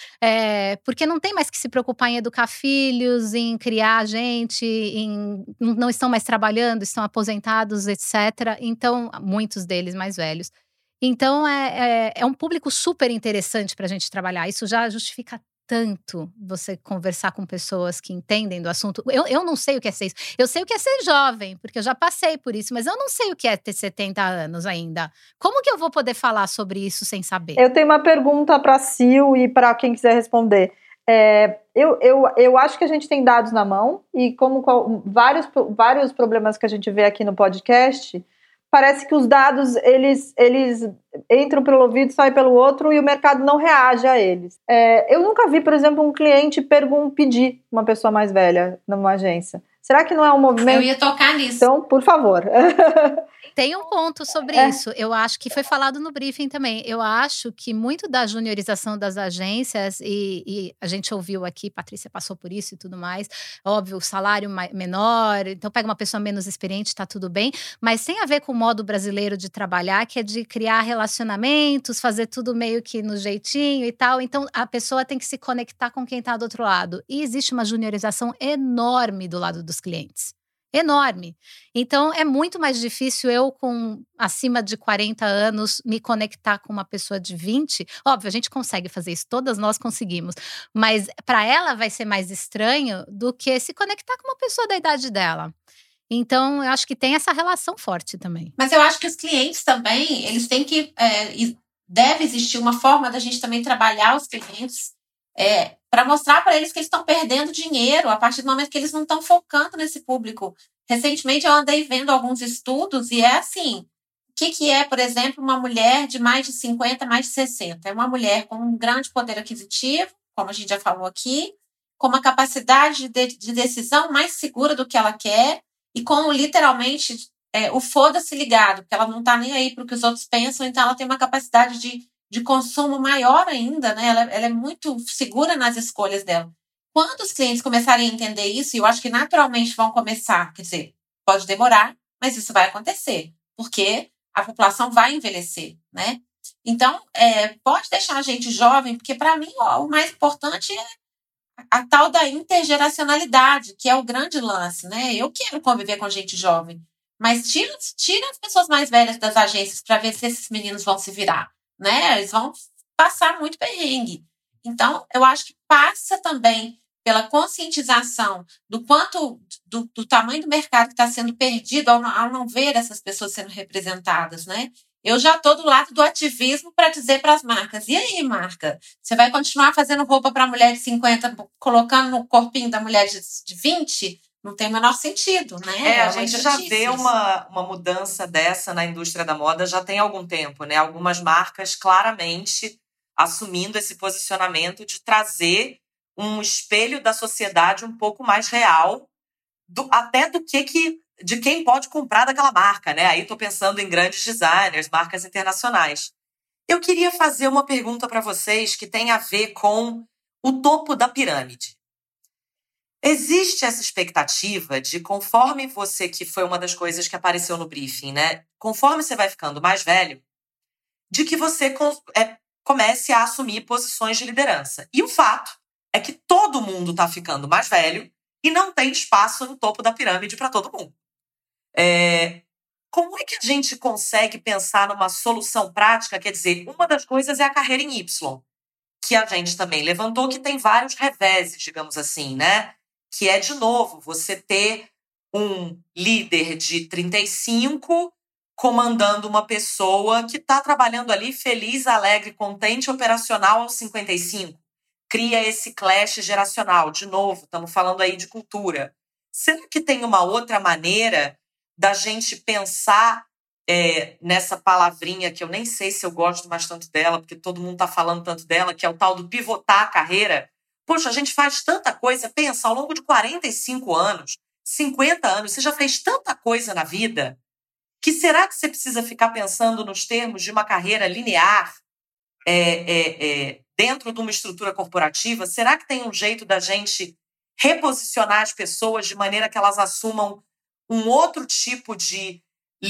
É, porque não tem mais que se preocupar em educar filhos, em criar gente, em, não estão mais trabalhando, estão aposentados, etcétera. Então, muitos deles mais velhos. Então, é, é, é um público super interessante para a gente trabalhar. Isso já justifica tanto você conversar com pessoas que entendem do assunto. Eu, eu não sei o que é ser isso. Eu sei o que é ser jovem, porque eu já passei por isso, mas eu não sei o que é ter setenta anos ainda. Como que eu vou poder falar sobre isso sem saber? Eu tenho uma pergunta para a Sil e para quem quiser responder. É, eu, eu, eu acho que a gente tem dados na mão e como qual, vários, vários problemas que a gente vê aqui no podcast, parece que os dados, eles, eles entram pelo ouvido, saem pelo outro e o mercado não reage a eles. É, eu nunca vi, por exemplo, um cliente pergun- pedir uma pessoa mais velha numa agência. Será que não é um movimento? Eu ia tocar nisso. Então, por favor. Tem um ponto sobre É. isso. Eu acho que foi falado no briefing também. Eu acho que muito da juniorização das agências, e, e a gente ouviu aqui, Patrícia passou por isso e tudo mais, óbvio, o salário mai- menor, então pega uma pessoa menos experiente, tá tudo bem, mas tem a ver com o modo brasileiro de trabalhar, que é de criar relacionamentos, fazer tudo meio que no jeitinho e tal. Então, a pessoa tem que se conectar com quem tá do outro lado. E existe uma juniorização enorme do lado dos clientes. Enorme. Então, é muito mais difícil eu, com acima de quarenta anos, me conectar com uma pessoa de vinte. Óbvio, a gente consegue fazer isso, todas nós conseguimos. Mas para ela vai ser mais estranho do que se conectar com uma pessoa da idade dela. Então, eu acho que tem essa relação forte também. Mas eu acho que os clientes também, eles têm que... É, e deve existir uma forma da gente também trabalhar os clientes é, para mostrar para eles que eles estão perdendo dinheiro a partir do momento que eles não estão focando nesse público. Recentemente eu andei vendo alguns estudos e é assim, o que, que é, por exemplo, uma mulher de mais de cinquenta, mais de sessenta? É uma mulher com um grande poder aquisitivo, como a gente já falou aqui, com uma capacidade de, de decisão mais segura do que ela quer e com literalmente é, o foda-se ligado, porque ela não está nem aí para o que os outros pensam, então ela tem uma capacidade de de consumo maior ainda, né? Ela, ela é muito segura nas escolhas dela. Quando os clientes começarem a entender isso, e eu acho que naturalmente vão começar, quer dizer, pode demorar, mas isso vai acontecer, porque a população vai envelhecer, né? Então, é, pode deixar a gente jovem, porque para mim ó, o mais importante é a tal da intergeracionalidade, que é o grande lance, né? Eu quero conviver com gente jovem, mas tira, tira as pessoas mais velhas das agências para ver se esses meninos vão se virar, né? Eles vão passar muito perrengue. Então, eu acho que passa também pela conscientização do quanto, do, do tamanho do mercado que está sendo perdido ao não, ao não ver essas pessoas sendo representadas, né? Eu já estou do lado do ativismo para dizer para as marcas, e aí, marca, você vai continuar fazendo roupa para mulher de cinquenta, colocando no corpinho da mulher de, de vinte? Não tem o menor sentido, né? É, a É gente já vê uma, uma mudança dessa na indústria da moda já tem algum tempo, né? Algumas marcas claramente assumindo esse posicionamento de trazer um espelho da sociedade um pouco mais real, do, até do que, que de quem pode comprar daquela marca, né? Aí estou pensando em grandes designers, marcas internacionais. Eu queria fazer uma pergunta para vocês que tem a ver com o topo da pirâmide. Existe essa expectativa de, conforme você, que foi uma das coisas que apareceu no briefing, né? Conforme você vai ficando mais velho, de que você é, comece a assumir posições de liderança. E o fato é que todo mundo está ficando mais velho e não tem espaço no topo da pirâmide para todo mundo. É, como é que a gente consegue pensar numa solução prática? Quer dizer, uma das coisas é a carreira em Y, que a gente também levantou, que tem vários reveses, digamos assim, né? Que é, de novo, você ter um líder de trinta e cinco comandando uma pessoa que está trabalhando ali feliz, alegre, contente, operacional aos cinquenta e cinco. Cria esse clash geracional. De novo, estamos falando aí de cultura. Será que tem uma outra maneira da gente pensar é, nessa palavrinha que eu nem sei se eu gosto mais tanto dela, porque todo mundo está falando tanto dela, que é o tal do pivotar a carreira? Poxa, a gente faz tanta coisa. Pensa, ao longo de quarenta e cinco anos, cinquenta anos, você já fez tanta coisa na vida, que será que você precisa ficar pensando nos termos de uma carreira linear é, é, é, dentro de uma estrutura corporativa? Será que tem um jeito da gente reposicionar as pessoas de maneira que elas assumam um outro tipo de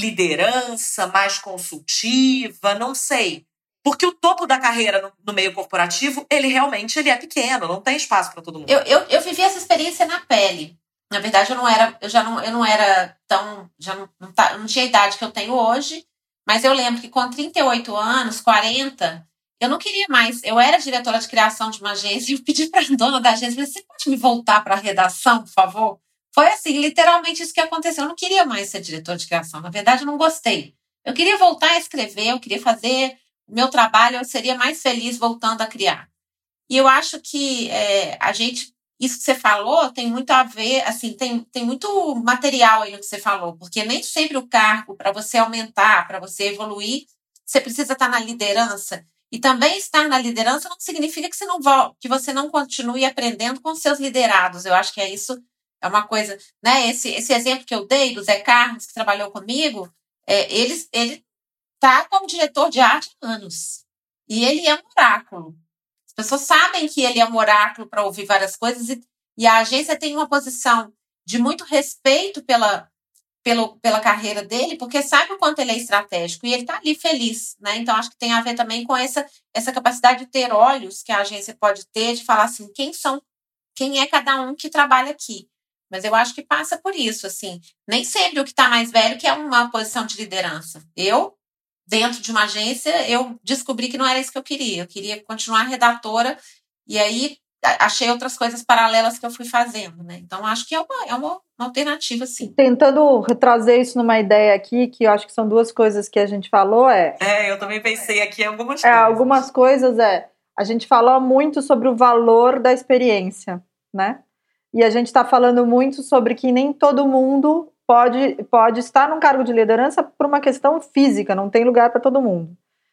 liderança, mais consultiva? Não sei. Porque o topo da carreira no, no meio corporativo, ele realmente ele é pequeno, não tem espaço para todo mundo. Eu, eu, eu vivi essa experiência na pele. Na verdade, eu não era, eu já não, eu não era tão, já não, não, tá, não tinha a idade que eu tenho hoje, mas eu lembro que com trinta e oito anos, quarenta, eu não queria mais. Eu era diretora de criação de uma agência e eu pedi para a dona da agência, você pode me voltar para a redação, por favor? Foi assim, literalmente isso que aconteceu. Eu não queria mais ser diretora de criação. Na verdade, eu não gostei. Eu queria voltar a escrever, eu queria fazer o meu trabalho, eu seria mais feliz voltando a criar. E eu acho que é, a gente, isso que você falou tem muito a ver, assim, tem, tem muito material aí no que você falou, porque nem sempre o cargo, para você aumentar, para você evoluir, você precisa estar na liderança. E também estar na liderança não significa que você não, vo- que você não continue aprendendo com os seus liderados. Eu acho que é isso, é uma coisa, né? Esse, esse exemplo que eu dei do Zé Carlos, que trabalhou comigo, é, ele, ele tá como diretor de arte há anos. E ele é um oráculo. As pessoas sabem que ele é um oráculo para ouvir várias coisas e, e a agência tem uma posição de muito respeito pela, pelo, pela carreira dele, porque sabe o quanto ele é estratégico e ele está ali feliz, né? Então, acho que tem a ver também com essa, essa capacidade de ter olhos que a agência pode ter, de falar assim, quem são, quem é cada um que trabalha aqui. Mas eu acho que passa por isso, assim. Nem sempre o que está mais velho que é uma posição de liderança. Eu, dentro de uma agência, eu descobri que não era isso que eu queria. Eu queria continuar redatora e aí achei outras coisas paralelas que eu fui fazendo, né? Então, acho que é uma, é uma, uma alternativa, sim. Tentando trazer isso numa ideia aqui, que eu acho que são duas coisas que a gente falou, é... É, eu também pensei aqui em algumas é, coisas. Algumas coisas, é... A gente falou muito sobre o valor da experiência, né? E a gente está falando muito sobre que nem todo mundo pode, pode estar num cargo de liderança por uma questão física, não tem lugar para todo mundo.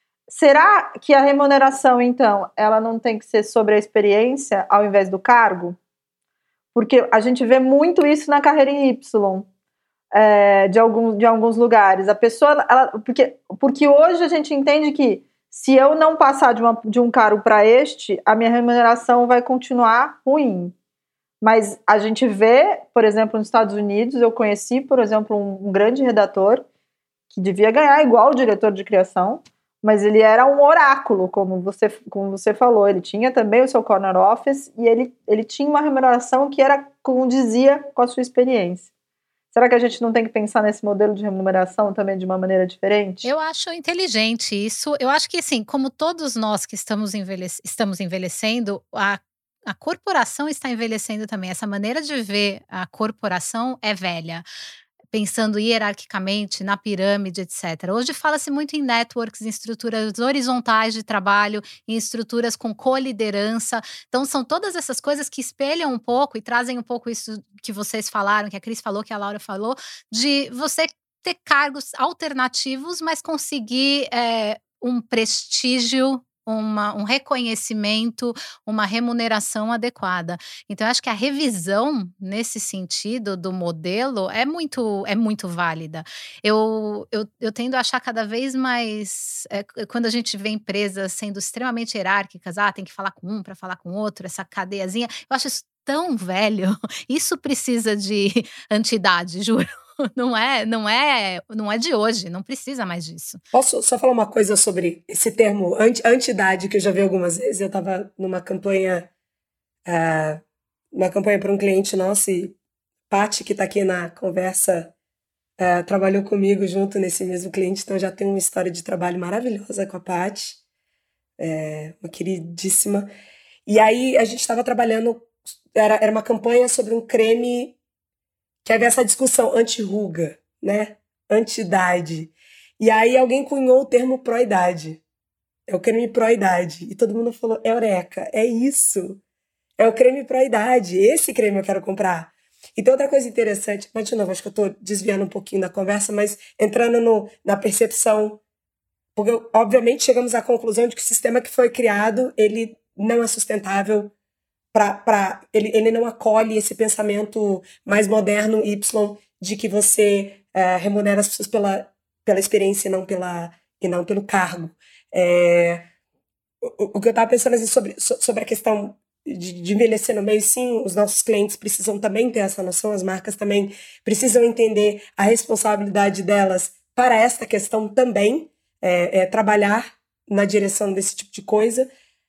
Será que a remuneração, então, ela não tem que ser sobre a experiência ao invés do cargo? Porque a gente vê muito isso na carreira em Y, é, de, algum, de alguns lugares. A pessoa, ela, porque, porque hoje a gente entende que se eu não passar de, uma, de um cargo para este, a minha remuneração vai continuar ruim. Mas a gente vê, por exemplo, nos Estados Unidos, eu conheci, por exemplo, um, um grande redator que devia ganhar igual o diretor de criação, mas ele era um oráculo, como você, como você falou. Ele tinha também o seu corner office e ele, ele tinha uma remuneração que era condizia com a sua experiência. Será que a gente não tem que pensar nesse modelo de remuneração também de uma maneira diferente? Eu acho inteligente isso. Eu acho que, assim, como todos nós que estamos, envelhec- estamos envelhecendo, a, a corporação está envelhecendo também. Essa maneira de ver a corporação é velha. Pensando hierarquicamente na pirâmide, etcétera. Hoje fala-se muito em networks, em estruturas horizontais de trabalho, em estruturas com coliderança. Então, são todas essas coisas que espelham um pouco e trazem um pouco isso que vocês falaram, que a Cris falou, que a Laura falou, de você ter cargos alternativos, mas conseguir é, um prestígio, Uma, um reconhecimento, uma remuneração adequada. Então, eu acho que a revisão, nesse sentido, do modelo é muito, é muito válida. Eu, eu, eu tendo a achar cada vez mais, é, quando a gente vê empresas sendo extremamente hierárquicas, ah, tem que falar com um para falar com outro, essa cadeiazinha, eu acho isso tão velho. Isso precisa de antidade, juro. Não é, não é, não é de hoje, não precisa mais disso. Posso só falar uma coisa sobre esse termo anti, antidade, que eu já vi algumas vezes. Eu estava numa campanha, uh, uma campanha para um cliente nosso, e Paty, que está aqui na conversa, uh, trabalhou comigo junto nesse mesmo cliente, então já tem uma história de trabalho maravilhosa com a Paty, é, uma queridíssima. E aí a gente estava trabalhando, era, era uma campanha sobre um creme que havia essa discussão anti-ruga, né? Anti-idade. E aí alguém cunhou o termo pró-idade. É o creme pró-idade. E todo mundo falou, eureka, é isso. É o creme pró-idade. Esse creme eu quero comprar. E tem outra coisa interessante, mas de novo, acho que eu estou desviando um pouquinho da conversa, mas entrando no, na percepção, porque obviamente chegamos à conclusão de que o sistema que foi criado, ele não é sustentável. Pra, pra, ele, ele não acolhe esse pensamento mais moderno, Y, de que você é, remunera as pessoas pela, pela experiência e não, pela, e não pelo cargo. É, o, o que eu estava pensando assim, sobre, sobre a questão de, de envelhecer no meio, sim, os nossos clientes precisam também ter essa noção, as marcas também precisam entender a responsabilidade delas para esta questão também, é, é, trabalhar na direção desse tipo de coisa.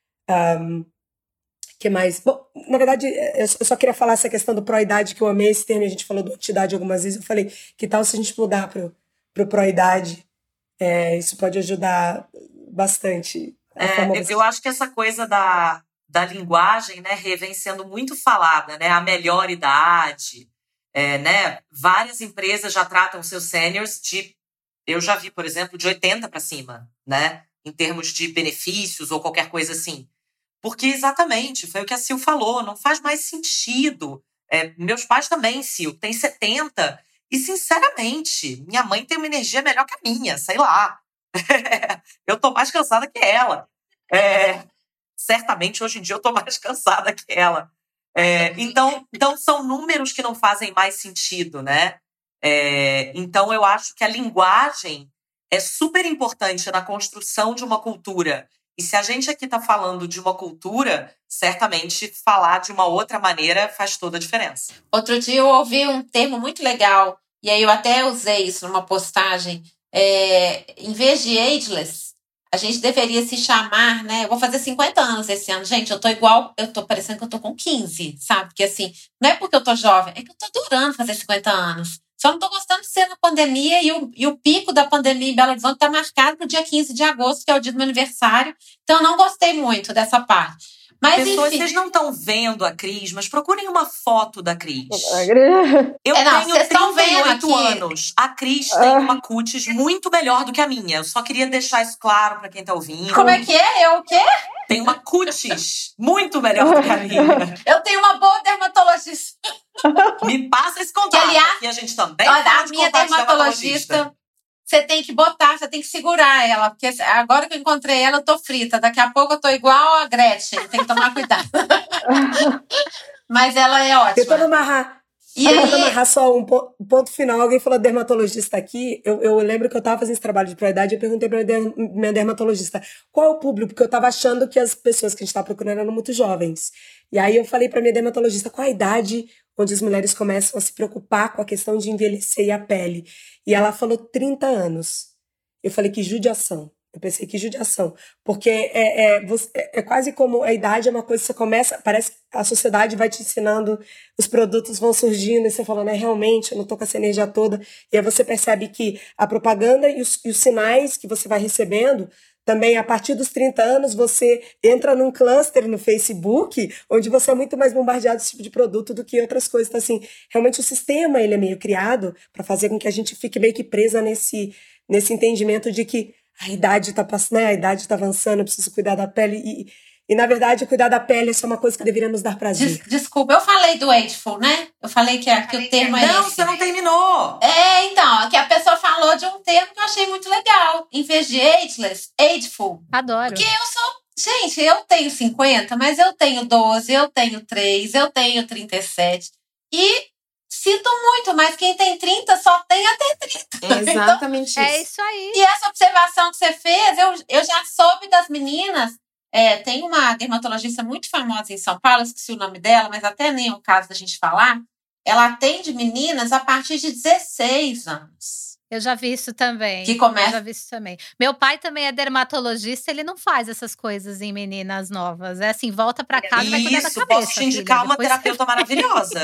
Um, que mais? Bom, na verdade, eu só queria falar essa questão do pró-idade, que eu amei esse termo, a gente falou do antidade algumas vezes, eu falei, que tal se a gente mudar pro, pro pró-idade? É, isso pode ajudar bastante. É, eu, eu acho que essa coisa da, da linguagem, né, vem sendo muito falada, né, a melhor idade, é, né, várias empresas já tratam seus seniors de, eu já vi, por exemplo, de oitenta para cima, né, em termos de benefícios ou qualquer coisa assim. Porque, exatamente, foi o que a Sil falou, não faz mais sentido. É, meus pais também, Sil, têm setenta. E, sinceramente, minha mãe tem uma energia melhor que a minha, sei lá. Eu tô mais cansada que ela. É, certamente, hoje em dia, eu tô mais cansada que ela. É, então, então, são números que não fazem mais sentido, né? É, então, eu acho que a linguagem é super importante na construção de uma cultura. E se a gente aqui está falando de uma cultura, certamente falar de uma outra maneira faz toda a diferença. Outro dia eu ouvi um termo muito legal, e aí eu até usei isso numa postagem. É, em vez de ageless, a gente deveria se chamar, né? Eu vou fazer cinquenta anos esse ano. Gente, eu tô igual, eu tô parecendo que eu tô com quinze, sabe? Porque assim, não é porque eu tô jovem, é que eu tô adorando fazer cinquenta anos. Só não tô gostando de ser na pandemia e o, e o pico da pandemia em Belo Horizonte tá marcado pro dia quinze de agosto, que é o dia do meu aniversário. Então, eu não gostei muito dessa parte. Mas, Pessoas, enfim. vocês não estão vendo a Cris, mas procurem uma foto da Cris. Eu É, não, tenho vocês estão trinta e vendo oito aqui. anos. A Cris tem uma cutis muito melhor do que a minha. Eu só queria deixar isso claro para quem tá ouvindo. Como é que é? Eu o quê? Tem uma cutis muito melhor do que a minha. Eu tenho uma boa dermatologista. Me passa esse contato. Que, aliás, aqui a gente também olha, fala a de minha contato de dermatologista, você tem que botar, você tem que segurar ela, porque agora que eu encontrei ela, eu tô frita. Daqui a pouco eu tô igual a Gretchen, tem que tomar cuidado. Mas ela é ótima. Tentando amarrar. E aí... Tentando amarrar só um ponto, um ponto final. Alguém falou dermatologista aqui. Eu, eu lembro que eu tava fazendo esse trabalho de prioridade e eu perguntei pra minha dermatologista qual é o público, porque eu tava achando que as pessoas que a gente tava procurando eram muito jovens. E aí eu falei pra minha dermatologista qual a idade onde as mulheres começam a se preocupar com a questão de envelhecer e a pele. E ela falou trinta anos. Eu falei que judiação. Eu pensei, que judiação. Porque é, é, você, é quase como a idade é uma coisa que você começa... Parece que a sociedade vai te ensinando, os produtos vão surgindo, e você falando, é realmente, eu não tô com essa energia toda. E aí você percebe que a propaganda e os, e os sinais que você vai recebendo, também a partir dos trinta anos, você entra num cluster no Facebook, onde você é muito mais bombardeado desse tipo de produto do que outras coisas. Então, assim, realmente o sistema ele é meio criado para fazer com que a gente fique meio que presa nesse, nesse entendimento de que a idade está passando, né? A idade está avançando, eu preciso cuidar da pele. E, e, na verdade, cuidar da pele é uma coisa que deveria nos dar prazer. Des, desculpa, eu falei do ageful, né? Eu falei que, que o termo é Não, esse. você não terminou. É, então, que a pessoa falou de um termo que eu achei muito legal. Em vez de ageless, ageful. Adoro. Porque eu sou... Gente, eu tenho cinquenta, mas eu tenho doze, eu tenho três, eu tenho trinta e sete. E... Sinto muito, mas quem tem trinta só tem até trinta. Exatamente então, isso. É isso aí. E essa observação que você fez, eu, eu já soube das meninas. É, tem uma dermatologista muito famosa em São Paulo, esqueci o nome dela, mas até nem é o caso da gente falar. Ela atende meninas a partir de dezesseis anos. Eu já vi isso também. Que começa... Eu já vi isso também. Meu pai também é dermatologista, ele não faz essas coisas em meninas novas. É assim, volta pra casa e vai cuidar da Isso, cabeça. posso te indicar filha. uma Depois terapeuta você... maravilhosa.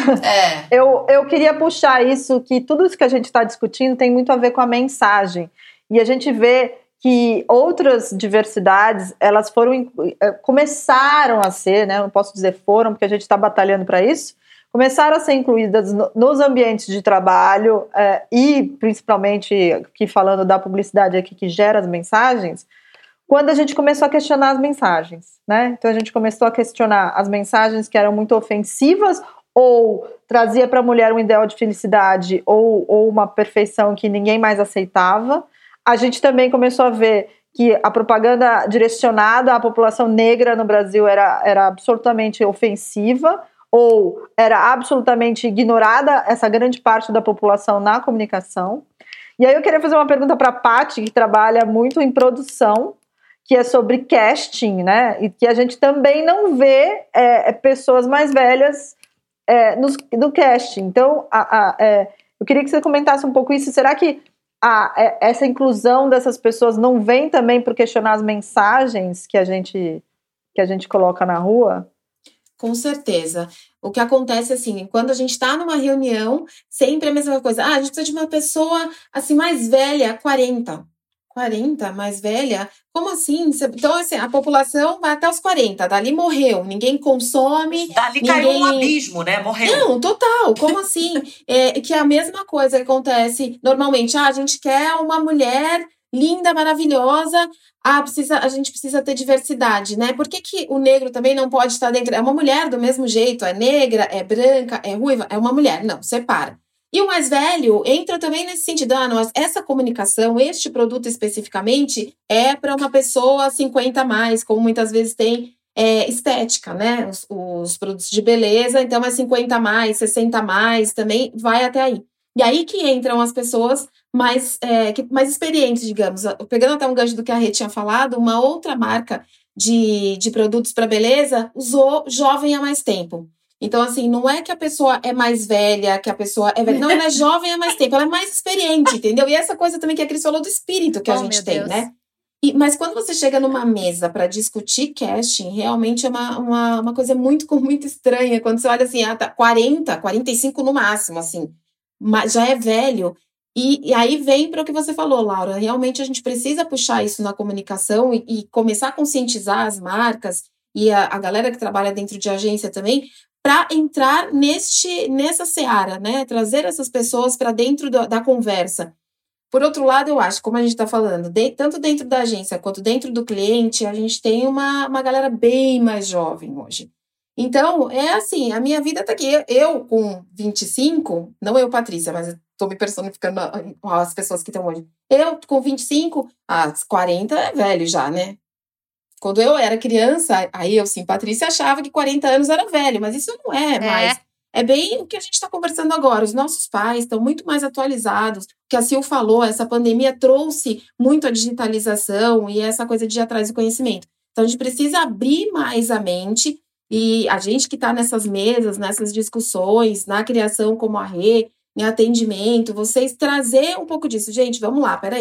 É. Eu, eu queria puxar isso, que tudo isso que a gente está discutindo tem muito a ver com a mensagem. E a gente vê que outras diversidades, elas foram, começaram a ser, né? Não posso dizer foram, porque a gente está batalhando para isso, começaram a ser incluídas no, nos ambientes de trabalho é, e, principalmente, aqui falando da publicidade aqui que gera as mensagens, quando a gente começou a questionar as mensagens, né? Então a gente começou a questionar as mensagens que eram muito ofensivas ou trazia para a mulher um ideal de felicidade ou, ou uma perfeição que ninguém mais aceitava. A gente também começou a ver que a propaganda direcionada à população negra no Brasil era, era absolutamente ofensiva, ou era absolutamente ignorada essa grande parte da população na comunicação. E aí eu queria fazer uma pergunta para a Paty, que trabalha muito em produção, que é sobre casting, né? E que a gente também não vê é, pessoas mais velhas é, no, no casting. Então, a, a, é, eu queria que você comentasse um pouco isso. Será que a, é, essa inclusão dessas pessoas não vem também por questionar as mensagens que a gente, que a gente coloca na rua? Com certeza. O que acontece, assim, quando a gente tá numa reunião, sempre a mesma coisa. Ah, a gente precisa de uma pessoa, assim, mais velha, quarenta. quarenta, mais velha? Como assim? Então, assim, a população vai até os quarenta, dali morreu, ninguém consome. Dali ninguém... caiu um abismo, né? Morreu. Não, total, como assim? É, que é a mesma coisa que acontece normalmente. Ah, a gente quer uma mulher linda, maravilhosa, ah, precisa, a gente precisa ter diversidade, né? Por que que o negro também não pode estar dentro? É uma mulher do mesmo jeito, é negra, é branca, é ruiva, é uma mulher. Não, separa. E o mais velho entra também nesse sentido, ah, nós, essa comunicação, este produto especificamente, é para uma pessoa cinquenta a mais, como muitas vezes tem é, estética, né? Os, os produtos de beleza, então é cinquenta a mais, sessenta a mais, também vai até aí. E aí que entram as pessoas mais, é, que, mais experientes, digamos. Pegando até um gancho do que a Rê tinha falado, uma outra marca de, de produtos para beleza usou jovem há mais tempo. Então, assim, não é que a pessoa é mais velha, que a pessoa é velha. Não, ela é jovem há mais tempo, ela é mais experiente, entendeu? E essa coisa também que a Cris falou do espírito que a Oh, gente meu tem, Deus. né? E, mas quando você chega numa mesa para discutir casting, realmente é uma, uma, uma coisa muito, muito estranha. Quando você olha assim, ah, tá, quarenta, quarenta e cinco no máximo, assim, mas já é velho. E, e aí vem para o que você falou, Laura. Realmente a gente precisa puxar isso na comunicação e, e começar a conscientizar as marcas e a, a galera que trabalha dentro de agência também, para entrar neste, nessa seara, né? Trazer essas pessoas para dentro do, da conversa. Por outro lado, eu acho, como a gente está falando, de, tanto dentro da agência quanto dentro do cliente, a gente tem uma, uma galera bem mais jovem hoje. Então, é assim, a minha vida tá aqui. Eu, eu com vinte e cinco, não eu, Patrícia, mas estou me personificando as pessoas que estão hoje. Eu com vinte e cinco, às quarenta é velho já, né? Quando eu era criança, aí eu sim, Patrícia achava que quarenta anos era velho, mas isso não é, É. mais. É bem o que a gente está conversando agora. Os nossos pais estão muito mais atualizados. O que a Sil falou, essa pandemia trouxe muito a digitalização e essa coisa de ir atrás do conhecimento. Então, a gente precisa abrir mais a mente e a gente que está nessas mesas, nessas discussões, na criação como a Rê, em atendimento, vocês trazer um pouco disso. Gente, vamos lá, peraí.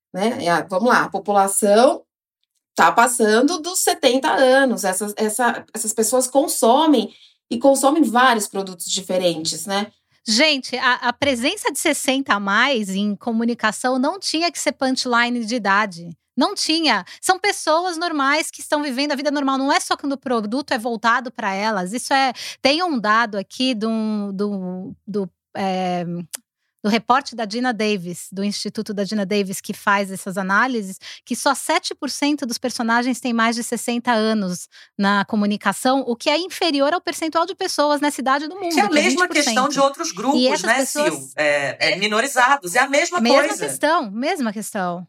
né? É a, vamos lá, a população está passando dos setenta anos. Essas, essa, essas pessoas consomem e consomem vários produtos diferentes, né? Gente, a, a presença de sessenta a mais em comunicação não tinha que ser punchline de idade. Não tinha. São pessoas normais que estão vivendo a vida normal. Não é só quando o produto é voltado para elas. Isso é. Tem um dado aqui do, do, do, é, do reporte da Gina Davis, do Instituto da Gina Davis, que faz essas análises, que só sete por cento dos personagens têm mais de sessenta anos na comunicação, o que é inferior ao percentual de pessoas nessa idade do mundo. Que é a que é mesma vinte por cento. Questão de outros grupos, né, pessoas, Sil? É, é, minorizados, é a mesma, mesma coisa. Mesma questão, mesma questão.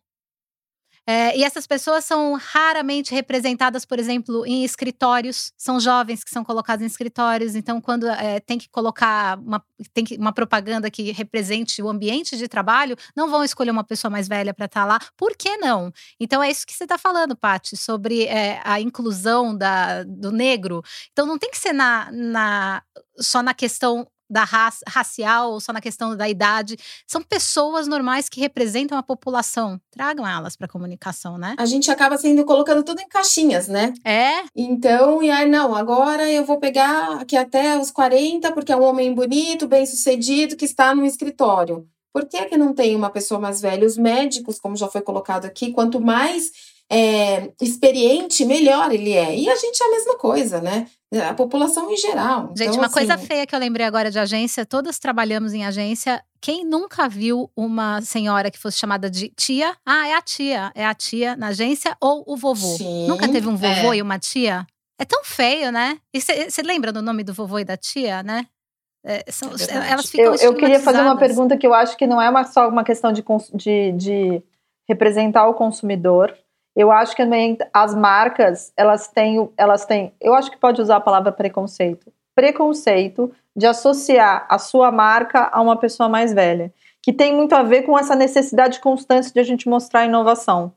É, e essas pessoas são raramente representadas, por exemplo, em escritórios. São jovens que são colocados em escritórios. Então, quando é, tem que colocar uma, tem que, uma propaganda que represente o ambiente de trabalho, não vão escolher uma pessoa mais velha para estar lá. Por que não? Então, é isso que você está falando, Paty, sobre é, a inclusão da, do negro. Então, não tem que ser na, na, só na questão da raça, racial, ou só na questão da idade. São pessoas normais que representam a população. Tragam elas para a comunicação, né? A gente acaba sendo colocando tudo em caixinhas, né? É. Então, e aí, não, agora eu vou pegar aqui até os quarenta, porque é um homem bonito, bem-sucedido, que está no escritório. Por que que não tem uma pessoa mais velha? Os médicos, como já foi colocado aqui, quanto mais é, experiente, melhor ele é. E a gente é a mesma coisa, né? A população em geral. Gente, então, uma assim, coisa feia que eu lembrei agora de agência, todas trabalhamos em agência. Quem nunca viu uma senhora que fosse chamada de tia? Ah, é a tia. É a tia na agência ou o vovô? Sim, nunca teve um vovô é. e uma tia? É tão feio, né? E você lembra do nome do vovô e da tia, né? É, são, é elas ficam eu, eu queria fazer uma estigmatizadas. pergunta que eu acho que não é uma, só uma questão de, de, de representar o consumidor. Eu acho que também as marcas, elas têm, elas têm, eu acho que pode usar a palavra preconceito. Preconceito de associar a sua marca a uma pessoa mais velha, que tem muito a ver com essa necessidade constante de a gente mostrar inovação.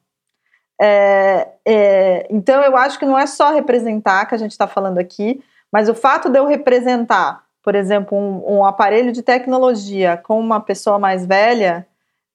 É, é, então, eu acho que não é só representar que a gente está falando aqui, mas o fato de eu representar, por exemplo, um, um aparelho de tecnologia com uma pessoa mais velha,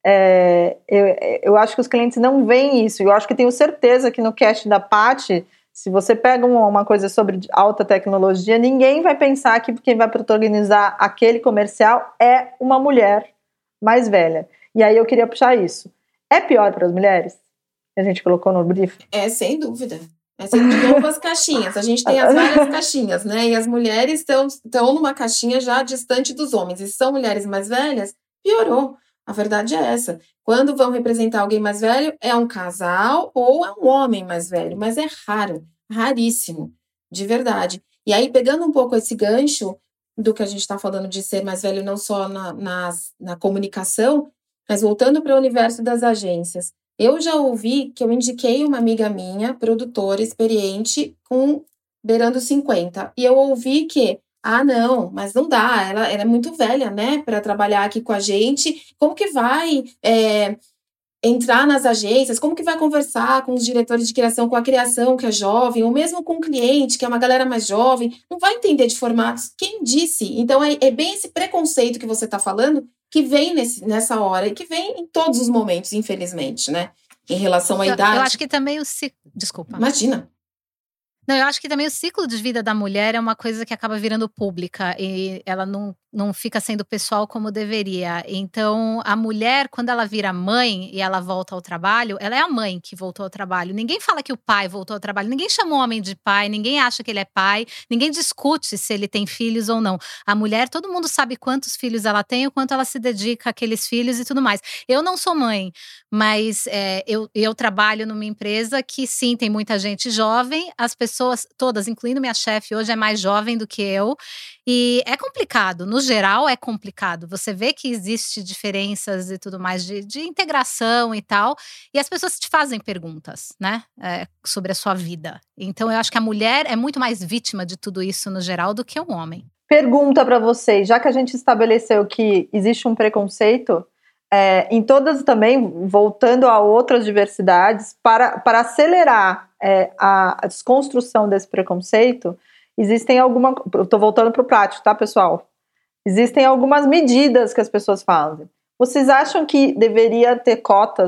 É, eu, eu acho que os clientes não veem isso. Eu acho que tenho certeza que no cast da Paty, se você pega uma, uma coisa sobre alta tecnologia, ninguém vai pensar que quem vai protagonizar aquele comercial é uma mulher mais velha. E aí eu queria puxar isso. É pior para as mulheres? A gente colocou no brief? É, sem dúvida. É sempre de novo as caixinhas. A gente tem as várias caixinhas, né? E as mulheres estão numa caixinha já distante dos homens. E se são mulheres mais velhas, piorou. A verdade é essa. Quando vão representar alguém mais velho, é um casal ou é um homem mais velho. Mas é raro, raríssimo, de verdade. E aí, pegando um pouco esse gancho do que a gente está falando de ser mais velho não só na, na, na comunicação, mas voltando para o universo das agências. Eu já ouvi que eu indiquei uma amiga minha, produtora, experiente, com beirando cinquenta. E eu ouvi que ah, não, mas não dá, ela, ela é muito velha, né, para trabalhar aqui com a gente. Como que vai é, entrar nas agências? Como que vai conversar com os diretores de criação, com a criação que é jovem, ou mesmo com o cliente, que é uma galera mais jovem? Não vai entender de formatos. Quem disse? Então, é, é bem esse preconceito que você está falando que vem nesse, nessa hora e que vem em todos os momentos, infelizmente, né, em relação à eu, idade. Eu acho que também o ciclo... Desculpa. Imagina. Não, eu acho que também o ciclo de vida da mulher é uma coisa que acaba virando pública e ela não, não fica sendo pessoal como deveria. Então, a mulher, quando ela vira mãe e ela volta ao trabalho, ela é a mãe que voltou ao trabalho. Ninguém fala que o pai voltou ao trabalho, ninguém chama o homem de pai, ninguém acha que ele é pai, ninguém discute se ele tem filhos ou não. A mulher, todo mundo sabe quantos filhos ela tem, o quanto ela se dedica àqueles filhos e tudo mais. Eu não sou mãe, mas é, eu, eu trabalho numa empresa que sim, tem muita gente jovem, as pessoas pessoas todas, incluindo minha chefe, hoje é mais jovem do que eu, e é complicado, no geral é complicado, você vê que existe diferenças e tudo mais de, de integração e tal, e as pessoas te fazem perguntas, né, é, sobre a sua vida, então eu acho que a mulher é muito mais vítima de tudo isso no geral do que o homem. Pergunta para vocês, já que a gente estabeleceu que existe um preconceito, É, em todas também, voltando a outras diversidades, para, para acelerar é, a, a desconstrução desse preconceito, existem algumas, estou voltando para o prático, tá, pessoal? Existem algumas medidas que as pessoas fazem. Vocês acham que deveria ter cotas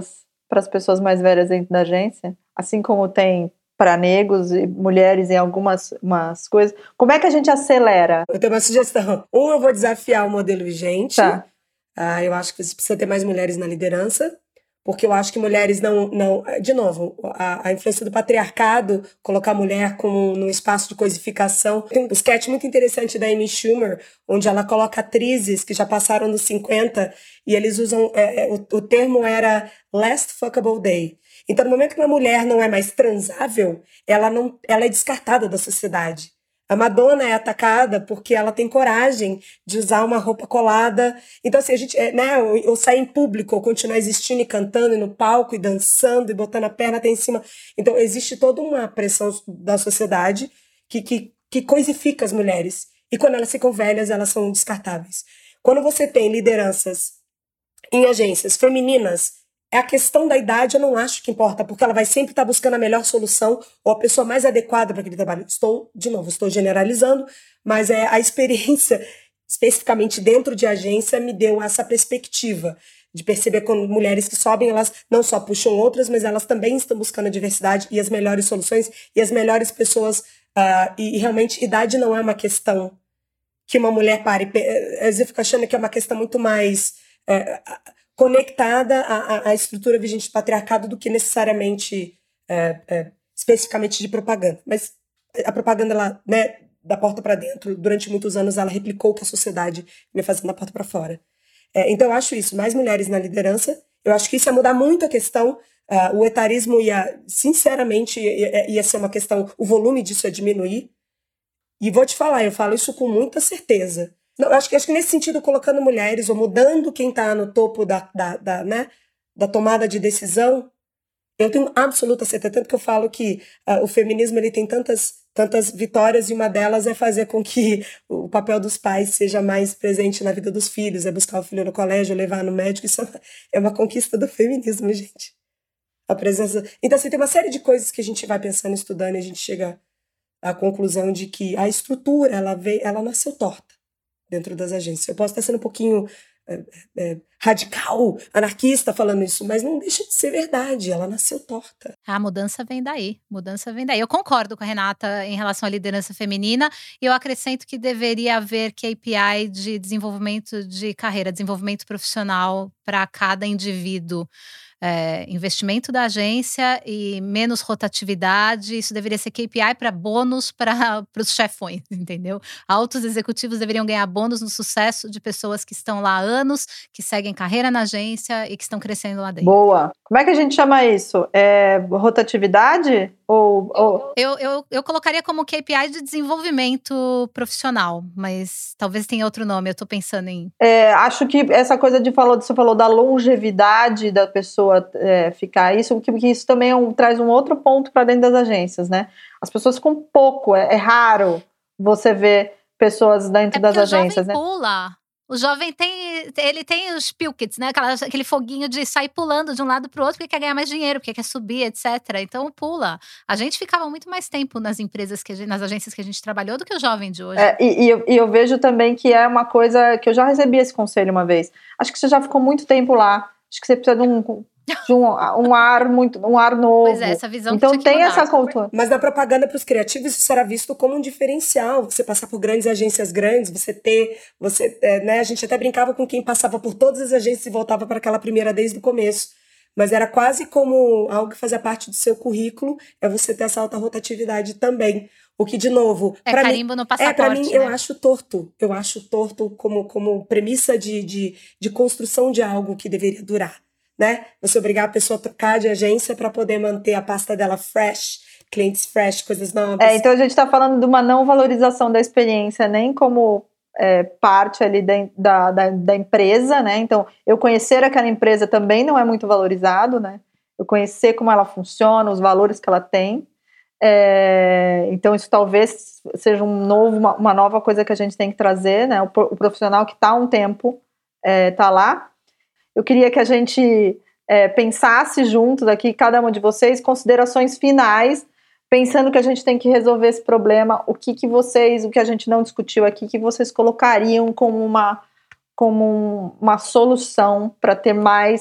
para as pessoas mais velhas dentro da agência? Assim como tem para negros e mulheres em algumas umas coisas. Como é que a gente acelera? Eu tenho uma sugestão. Um, eu vou desafiar o modelo vigente. Tá. Uh, eu acho que você precisa ter mais mulheres na liderança, porque eu acho que mulheres não... não de novo, a, a influência do patriarcado, colocar a mulher como num espaço de coisificação. Tem um sketch muito interessante da Amy Schumer, onde ela coloca atrizes que já passaram dos cinquenta, e eles usam... É, é, o, o termo era last fuckable day. Então, no momento que uma mulher não é mais transável, ela, não, ela é descartada da sociedade. A Madonna é atacada porque ela tem coragem de usar uma roupa colada. Então, assim, a gente, né, ou sair em público, ou continuar existindo e cantando, e no palco, e dançando, e botando a perna até em cima. Então, existe toda uma pressão da sociedade que, que, que coisifica as mulheres. E quando elas ficam velhas, elas são descartáveis. Quando você tem lideranças em agências femininas, a questão da idade eu não acho que importa, porque ela vai sempre estar buscando a melhor solução ou a pessoa mais adequada para aquele trabalho. Estou, de novo, estou generalizando, mas é, a experiência, especificamente dentro de agência, me deu essa perspectiva de perceber quando mulheres que sobem, elas não só puxam outras, mas elas também estão buscando a diversidade e as melhores soluções e as melhores pessoas. Uh, e, e realmente, idade não é uma questão que uma mulher pare. Às vezes eu fico achando que é uma questão muito mais... Uh, conectada à, à estrutura vigente do patriarcado do que necessariamente, é, é, especificamente de propaganda. Mas a propaganda, ela, né, da porta para dentro, durante muitos anos, ela replicou o que a sociedade vinha fazendo da porta para fora. É, então, eu acho isso, mais mulheres na liderança. Eu acho que isso ia mudar muito a questão. Uh, o etarismo ia, sinceramente, ia, ia ser uma questão, o volume disso ia diminuir. E vou te falar, eu falo isso com muita certeza. Não, acho, que, acho que nesse sentido, colocando mulheres ou mudando quem está no topo da, da, da, né, da tomada de decisão, eu tenho absoluta certeza, tanto que eu falo que uh, o feminismo ele tem tantas, tantas vitórias e uma delas é fazer com que o papel dos pais seja mais presente na vida dos filhos, é buscar o filho no colégio, levar no médico, isso é uma conquista do feminismo, gente. A presença... Então, assim, tem uma série de coisas que a gente vai pensando, estudando, e a gente chega à conclusão de que a estrutura, ela, veio, ela nasceu torta dentro das agências. Eu posso estar sendo um pouquinho é, é, radical, anarquista falando isso, mas não deixa de ser verdade, ela nasceu torta. A mudança vem daí, mudança vem daí. Eu concordo com a Renata em relação à liderança feminina e eu acrescento que deveria haver K P I de desenvolvimento de carreira, desenvolvimento profissional para cada indivíduo. É, investimento da agência e menos rotatividade, isso deveria ser K P I para bônus para os chefões, entendeu? Altos executivos deveriam ganhar bônus no sucesso de pessoas que estão lá há anos, que seguem carreira na agência e que estão crescendo lá dentro. Boa! Como é que a gente chama isso? É rotatividade? Ou, ou... Eu, eu, eu colocaria como K P I de desenvolvimento profissional, mas talvez tenha outro nome, eu tô pensando em... É, acho que essa coisa de falou, você falou da longevidade da pessoa é, ficar, isso, que, que isso também é um, traz um outro ponto para dentro das agências, né? As pessoas com pouco, é, é raro você ver pessoas dentro é das agências, né? Pula. O jovem tem, ele tem os pilkets, né? Aquela, aquele foguinho de sair pulando de um lado para o outro porque quer ganhar mais dinheiro, porque quer subir, etcétera. Então pula. A gente ficava muito mais tempo nas empresas, que gente, nas agências que a gente trabalhou do que o jovem de hoje. É, e, e, eu, e eu vejo também que é uma coisa que eu já recebi esse conselho uma vez. Acho que você já ficou muito tempo lá. Acho que você precisa de um... de um, um ar muito, um ar novo. Pois é, essa visão então que tem mudar. essa cultura. Mas na propaganda para os criativos isso era visto como um diferencial. Você passar por grandes agências grandes, você ter, você, é, né? A gente até brincava com quem passava por todas as agências e voltava para aquela primeira desde o começo. Mas era quase como algo que fazia parte do seu currículo, é você ter essa alta rotatividade também. O que, de novo... É pra carimbo mim, no passaporte, É, para mim, né? eu acho torto. Eu acho torto como, como premissa de, de, de construção de algo que deveria durar. Né? Você obrigar a pessoa a trocar de agência para poder manter a pasta dela fresh, clientes fresh, coisas novas. É, então a gente está falando de uma não valorização da experiência, nem como é, parte ali da, da, da, da empresa, né? Então, eu conhecer aquela empresa também não é muito valorizado, né? Eu conhecer como ela funciona, os valores que ela tem. É, então, isso talvez seja um novo, uma, uma nova coisa que a gente tem que trazer, né? O, o profissional que está há um tempo está é, lá. Eu queria que a gente é, pensasse juntos aqui, cada um de vocês, considerações finais, pensando que a gente tem que resolver esse problema, o que, que vocês, o que a gente não discutiu aqui, que vocês colocariam como uma, como um, uma solução para ter mais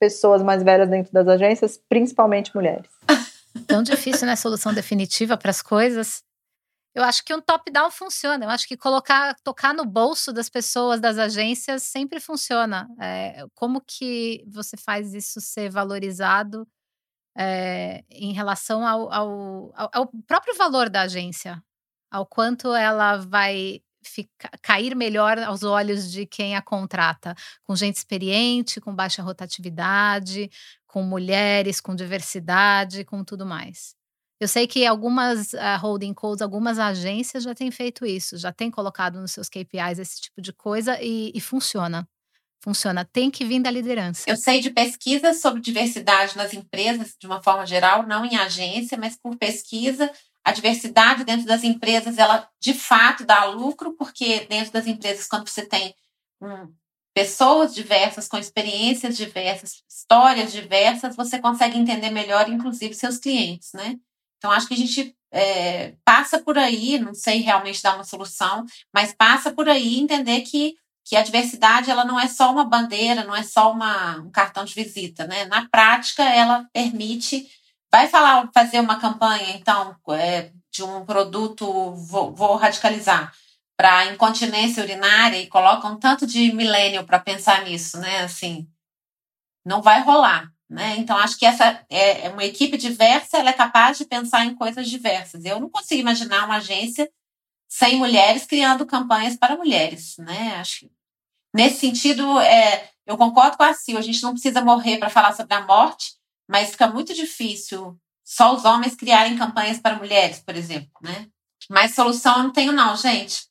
pessoas mais velhas dentro das agências, principalmente mulheres. Tão difícil, né? Solução definitiva para as coisas. Eu acho que um top-down funciona. Eu acho que colocar, tocar no bolso das pessoas, das agências, sempre funciona. É, como que você faz isso ser valorizado é, em relação ao, ao, ao próprio valor da agência? Ao quanto ela vai ficar, cair melhor aos olhos de quem a contrata? Com gente experiente, com baixa rotatividade, com mulheres, com diversidade, com tudo mais. Eu sei que algumas uh, holding codes, algumas agências já têm feito isso, já têm colocado nos seus K P Is esse tipo de coisa e, e funciona. Funciona. Tem que vir da liderança. Eu sei de pesquisas sobre diversidade nas empresas, de uma forma geral, não em agência, mas por pesquisa. A diversidade dentro das empresas, ela de fato dá lucro, porque dentro das empresas, quando você tem um, pessoas diversas, com experiências diversas, histórias diversas, você consegue entender melhor, inclusive, seus clientes, né? Então, acho que a gente é, passa por aí, não sei realmente dar uma solução, mas passa por aí entender que, que a diversidade ela não é só uma bandeira, não é só uma, um cartão de visita, né? Na prática, ela permite... Vai falar, fazer uma campanha, então, é, de um produto, vou, vou radicalizar, para incontinência urinária e coloca um tanto de millennial para pensar nisso, né? Assim, não vai rolar. Né? Então, acho que essa é uma equipe diversa, ela é capaz de pensar em coisas diversas. Eu não consigo imaginar uma agência sem mulheres criando campanhas para mulheres. Né? Acho que, nesse sentido, é, eu concordo com a Sil, a gente não precisa morrer para falar sobre a morte, mas fica muito difícil só os homens criarem campanhas para mulheres, por exemplo. Né? Mas solução eu não tenho não, gente.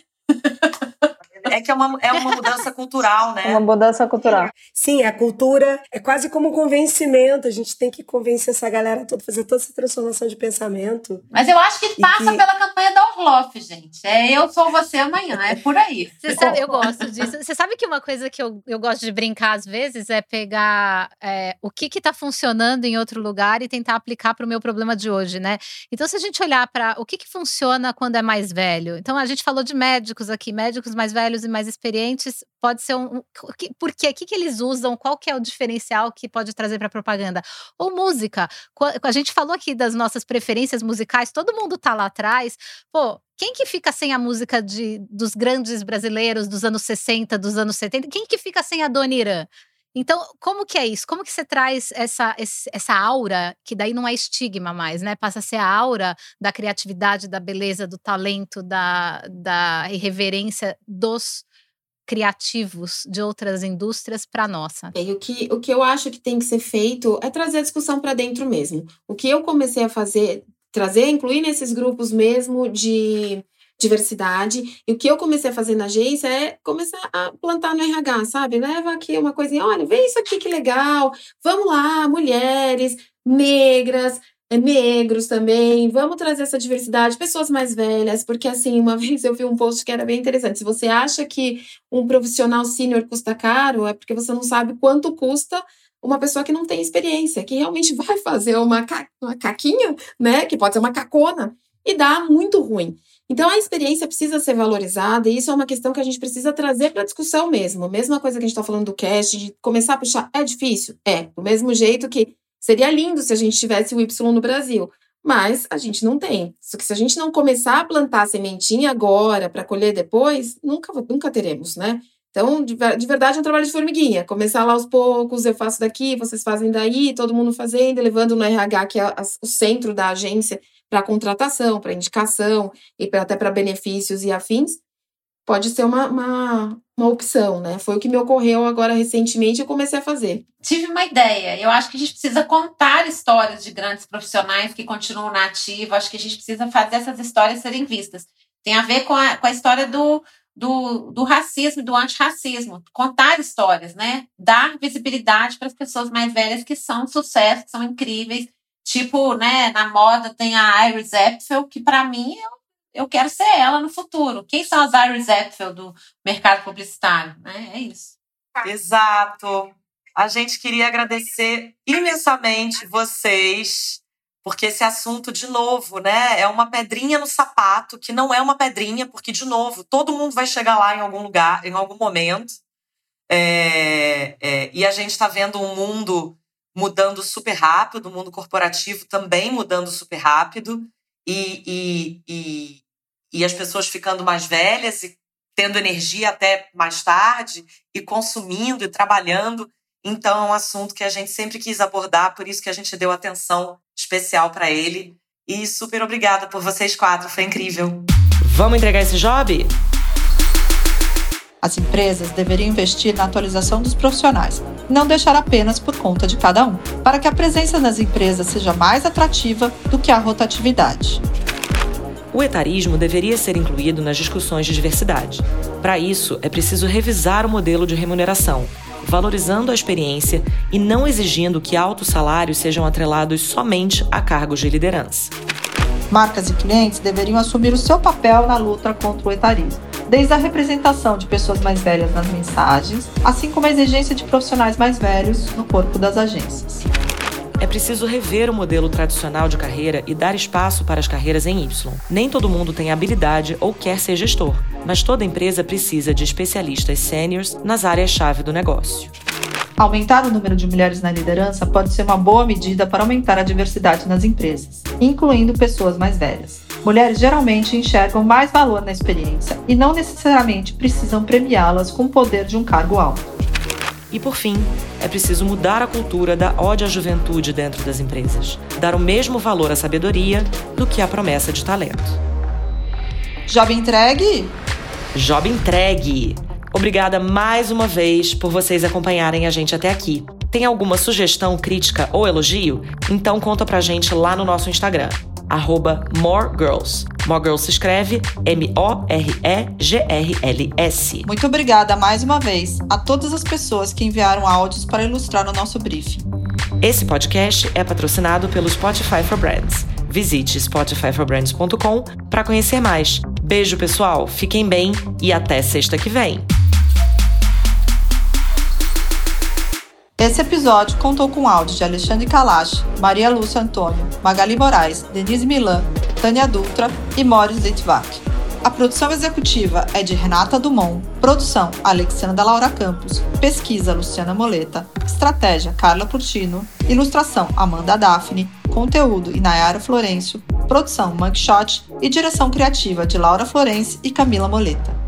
É que é uma, é uma mudança cultural, né? Uma mudança cultural. Sim, a cultura é quase como um convencimento. A gente tem que convencer essa galera toda, fazer toda essa transformação de pensamento. Mas eu acho que passa que... pela campanha da Orloff, gente. É eu sou você amanhã, é por aí. Você sabe, eu gosto disso. Você sabe que uma coisa que eu, eu gosto de brincar às vezes é pegar é, o que que tá funcionando em outro lugar e tentar aplicar para o meu problema de hoje, né? Então, se a gente olhar para o que que funciona quando é mais velho. Então, a gente falou de médicos aqui, médicos mais velhos e mais experientes, pode ser um... um por quê? O que que eles usam? Qual que é o diferencial que pode trazer para propaganda? Ou música. A gente falou aqui das nossas preferências musicais, todo mundo tá lá atrás. Pô, quem que fica sem a música de, dos grandes brasileiros dos anos sessenta, dos anos setenta? Quem que fica sem a Dona Irã? Então, como que é isso? Como que você traz essa, essa aura, que daí não é estigma mais, né? Passa a ser a aura da criatividade, da beleza, do talento, da, da irreverência dos criativos de outras indústrias para a nossa. E o que, o que eu acho que tem que ser feito é trazer a discussão para dentro mesmo. O que eu comecei a fazer, trazer, incluir nesses grupos mesmo de... diversidade, e o que eu comecei a fazer na agência é começar a plantar no R H, sabe? Leva aqui uma coisinha, olha, vê isso aqui que legal, vamos lá, mulheres, negras, negros também, vamos trazer essa diversidade, pessoas mais velhas, porque assim, uma vez eu vi um post que era bem interessante, se você acha que um profissional sênior custa caro, é porque você não sabe quanto custa uma pessoa que não tem experiência, que realmente vai fazer uma, ca- uma caquinha, né, que pode ser uma cacona, e dá muito ruim. Então, a experiência precisa ser valorizada e isso é uma questão que a gente precisa trazer para a discussão mesmo. Mesma coisa que a gente está falando do cast, de começar a puxar, é difícil? É, do mesmo jeito que seria lindo se a gente tivesse o Y no Brasil, mas a gente não tem. Só que se a gente não começar a plantar a sementinha agora para colher depois, nunca, nunca teremos, né? Então, de, de verdade, é um trabalho de formiguinha. Começar lá aos poucos, eu faço daqui, vocês fazem daí, todo mundo fazendo, levando no R H, que é a, o centro da agência, para contratação, para indicação e pra, até para benefícios e afins, pode ser uma, uma, uma opção, né? Foi o que me ocorreu agora recentemente e eu comecei a fazer. Tive uma ideia. Eu acho que a gente precisa contar histórias de grandes profissionais que continuam na ativa. Acho que a gente precisa fazer essas histórias serem vistas. Tem a ver com a, com a história do, do, do racismo, do antirracismo. Contar histórias, né? Dar visibilidade para as pessoas mais velhas que são sucesso, que são incríveis. Tipo, né, na moda tem a Iris Apfel, que para mim eu, eu quero ser ela no futuro. Quem são as Iris Apfel do mercado publicitário? Né? É isso. Exato. A gente queria agradecer imensamente vocês, porque esse assunto, de novo, né, é uma pedrinha no sapato, que não é uma pedrinha, porque, de novo, todo mundo vai chegar lá em algum lugar, em algum momento. É, é, e a gente está vendo um mundo mudando super rápido, o mundo corporativo também mudando super rápido, e, e, e, e as pessoas ficando mais velhas e tendo energia até mais tarde, e consumindo e trabalhando. Então, é um assunto que a gente sempre quis abordar, por isso que a gente deu atenção especial para ele. E super obrigada por vocês quatro, foi incrível. Vamos entregar esse job? As empresas deveriam investir na atualização dos profissionais, não deixar apenas por conta de cada um, para que a presença nas empresas seja mais atrativa do que a rotatividade. O etarismo deveria ser incluído nas discussões de diversidade. Para isso, é preciso revisar o modelo de remuneração, valorizando a experiência e não exigindo que altos salários sejam atrelados somente a cargos de liderança. Marcas e clientes deveriam assumir o seu papel na luta contra o etarismo, desde a representação de pessoas mais velhas nas mensagens, assim como a exigência de profissionais mais velhos no corpo das agências. É preciso rever o modelo tradicional de carreira e dar espaço para as carreiras em Y. Nem todo mundo tem habilidade ou quer ser gestor, mas toda empresa precisa de especialistas sêniores nas áreas-chave do negócio. Aumentar o número de mulheres na liderança pode ser uma boa medida para aumentar a diversidade nas empresas, incluindo pessoas mais velhas. Mulheres geralmente enxergam mais valor na experiência e não necessariamente precisam premiá-las com o poder de um cargo alto. E por fim, é preciso mudar a cultura da ódio à juventude dentro das empresas, dar o mesmo valor à sabedoria do que à promessa de talento. Job entregue? Job entregue! Obrigada mais uma vez por vocês acompanharem a gente até aqui. Tem alguma sugestão, crítica ou elogio? Então conta pra gente lá no nosso Instagram, arroba moregirls. Moregirls se escreve M O R E G R L S. Muito obrigada mais uma vez a todas as pessoas que enviaram áudios para ilustrar o nosso briefing. Esse podcast é patrocinado pelo Spotify for Brands. Visite spotify for brands ponto com para conhecer mais. Beijo, pessoal, fiquem bem e até sexta que vem. Esse episódio contou com áudio de Alexandre Kalash, Maria Lúcia Antônio, Magali Moraes, Denise Milan, Tânia Dutra e Maurício Litvak. A produção executiva é de Renata Dumont, produção Alexandra Laura Campos, pesquisa Luciana Moleta, estratégia Carla Portino, ilustração Amanda Daphne, conteúdo Inayara Florencio, produção Mugshot e direção criativa de Laura Florence e Camila Moleta.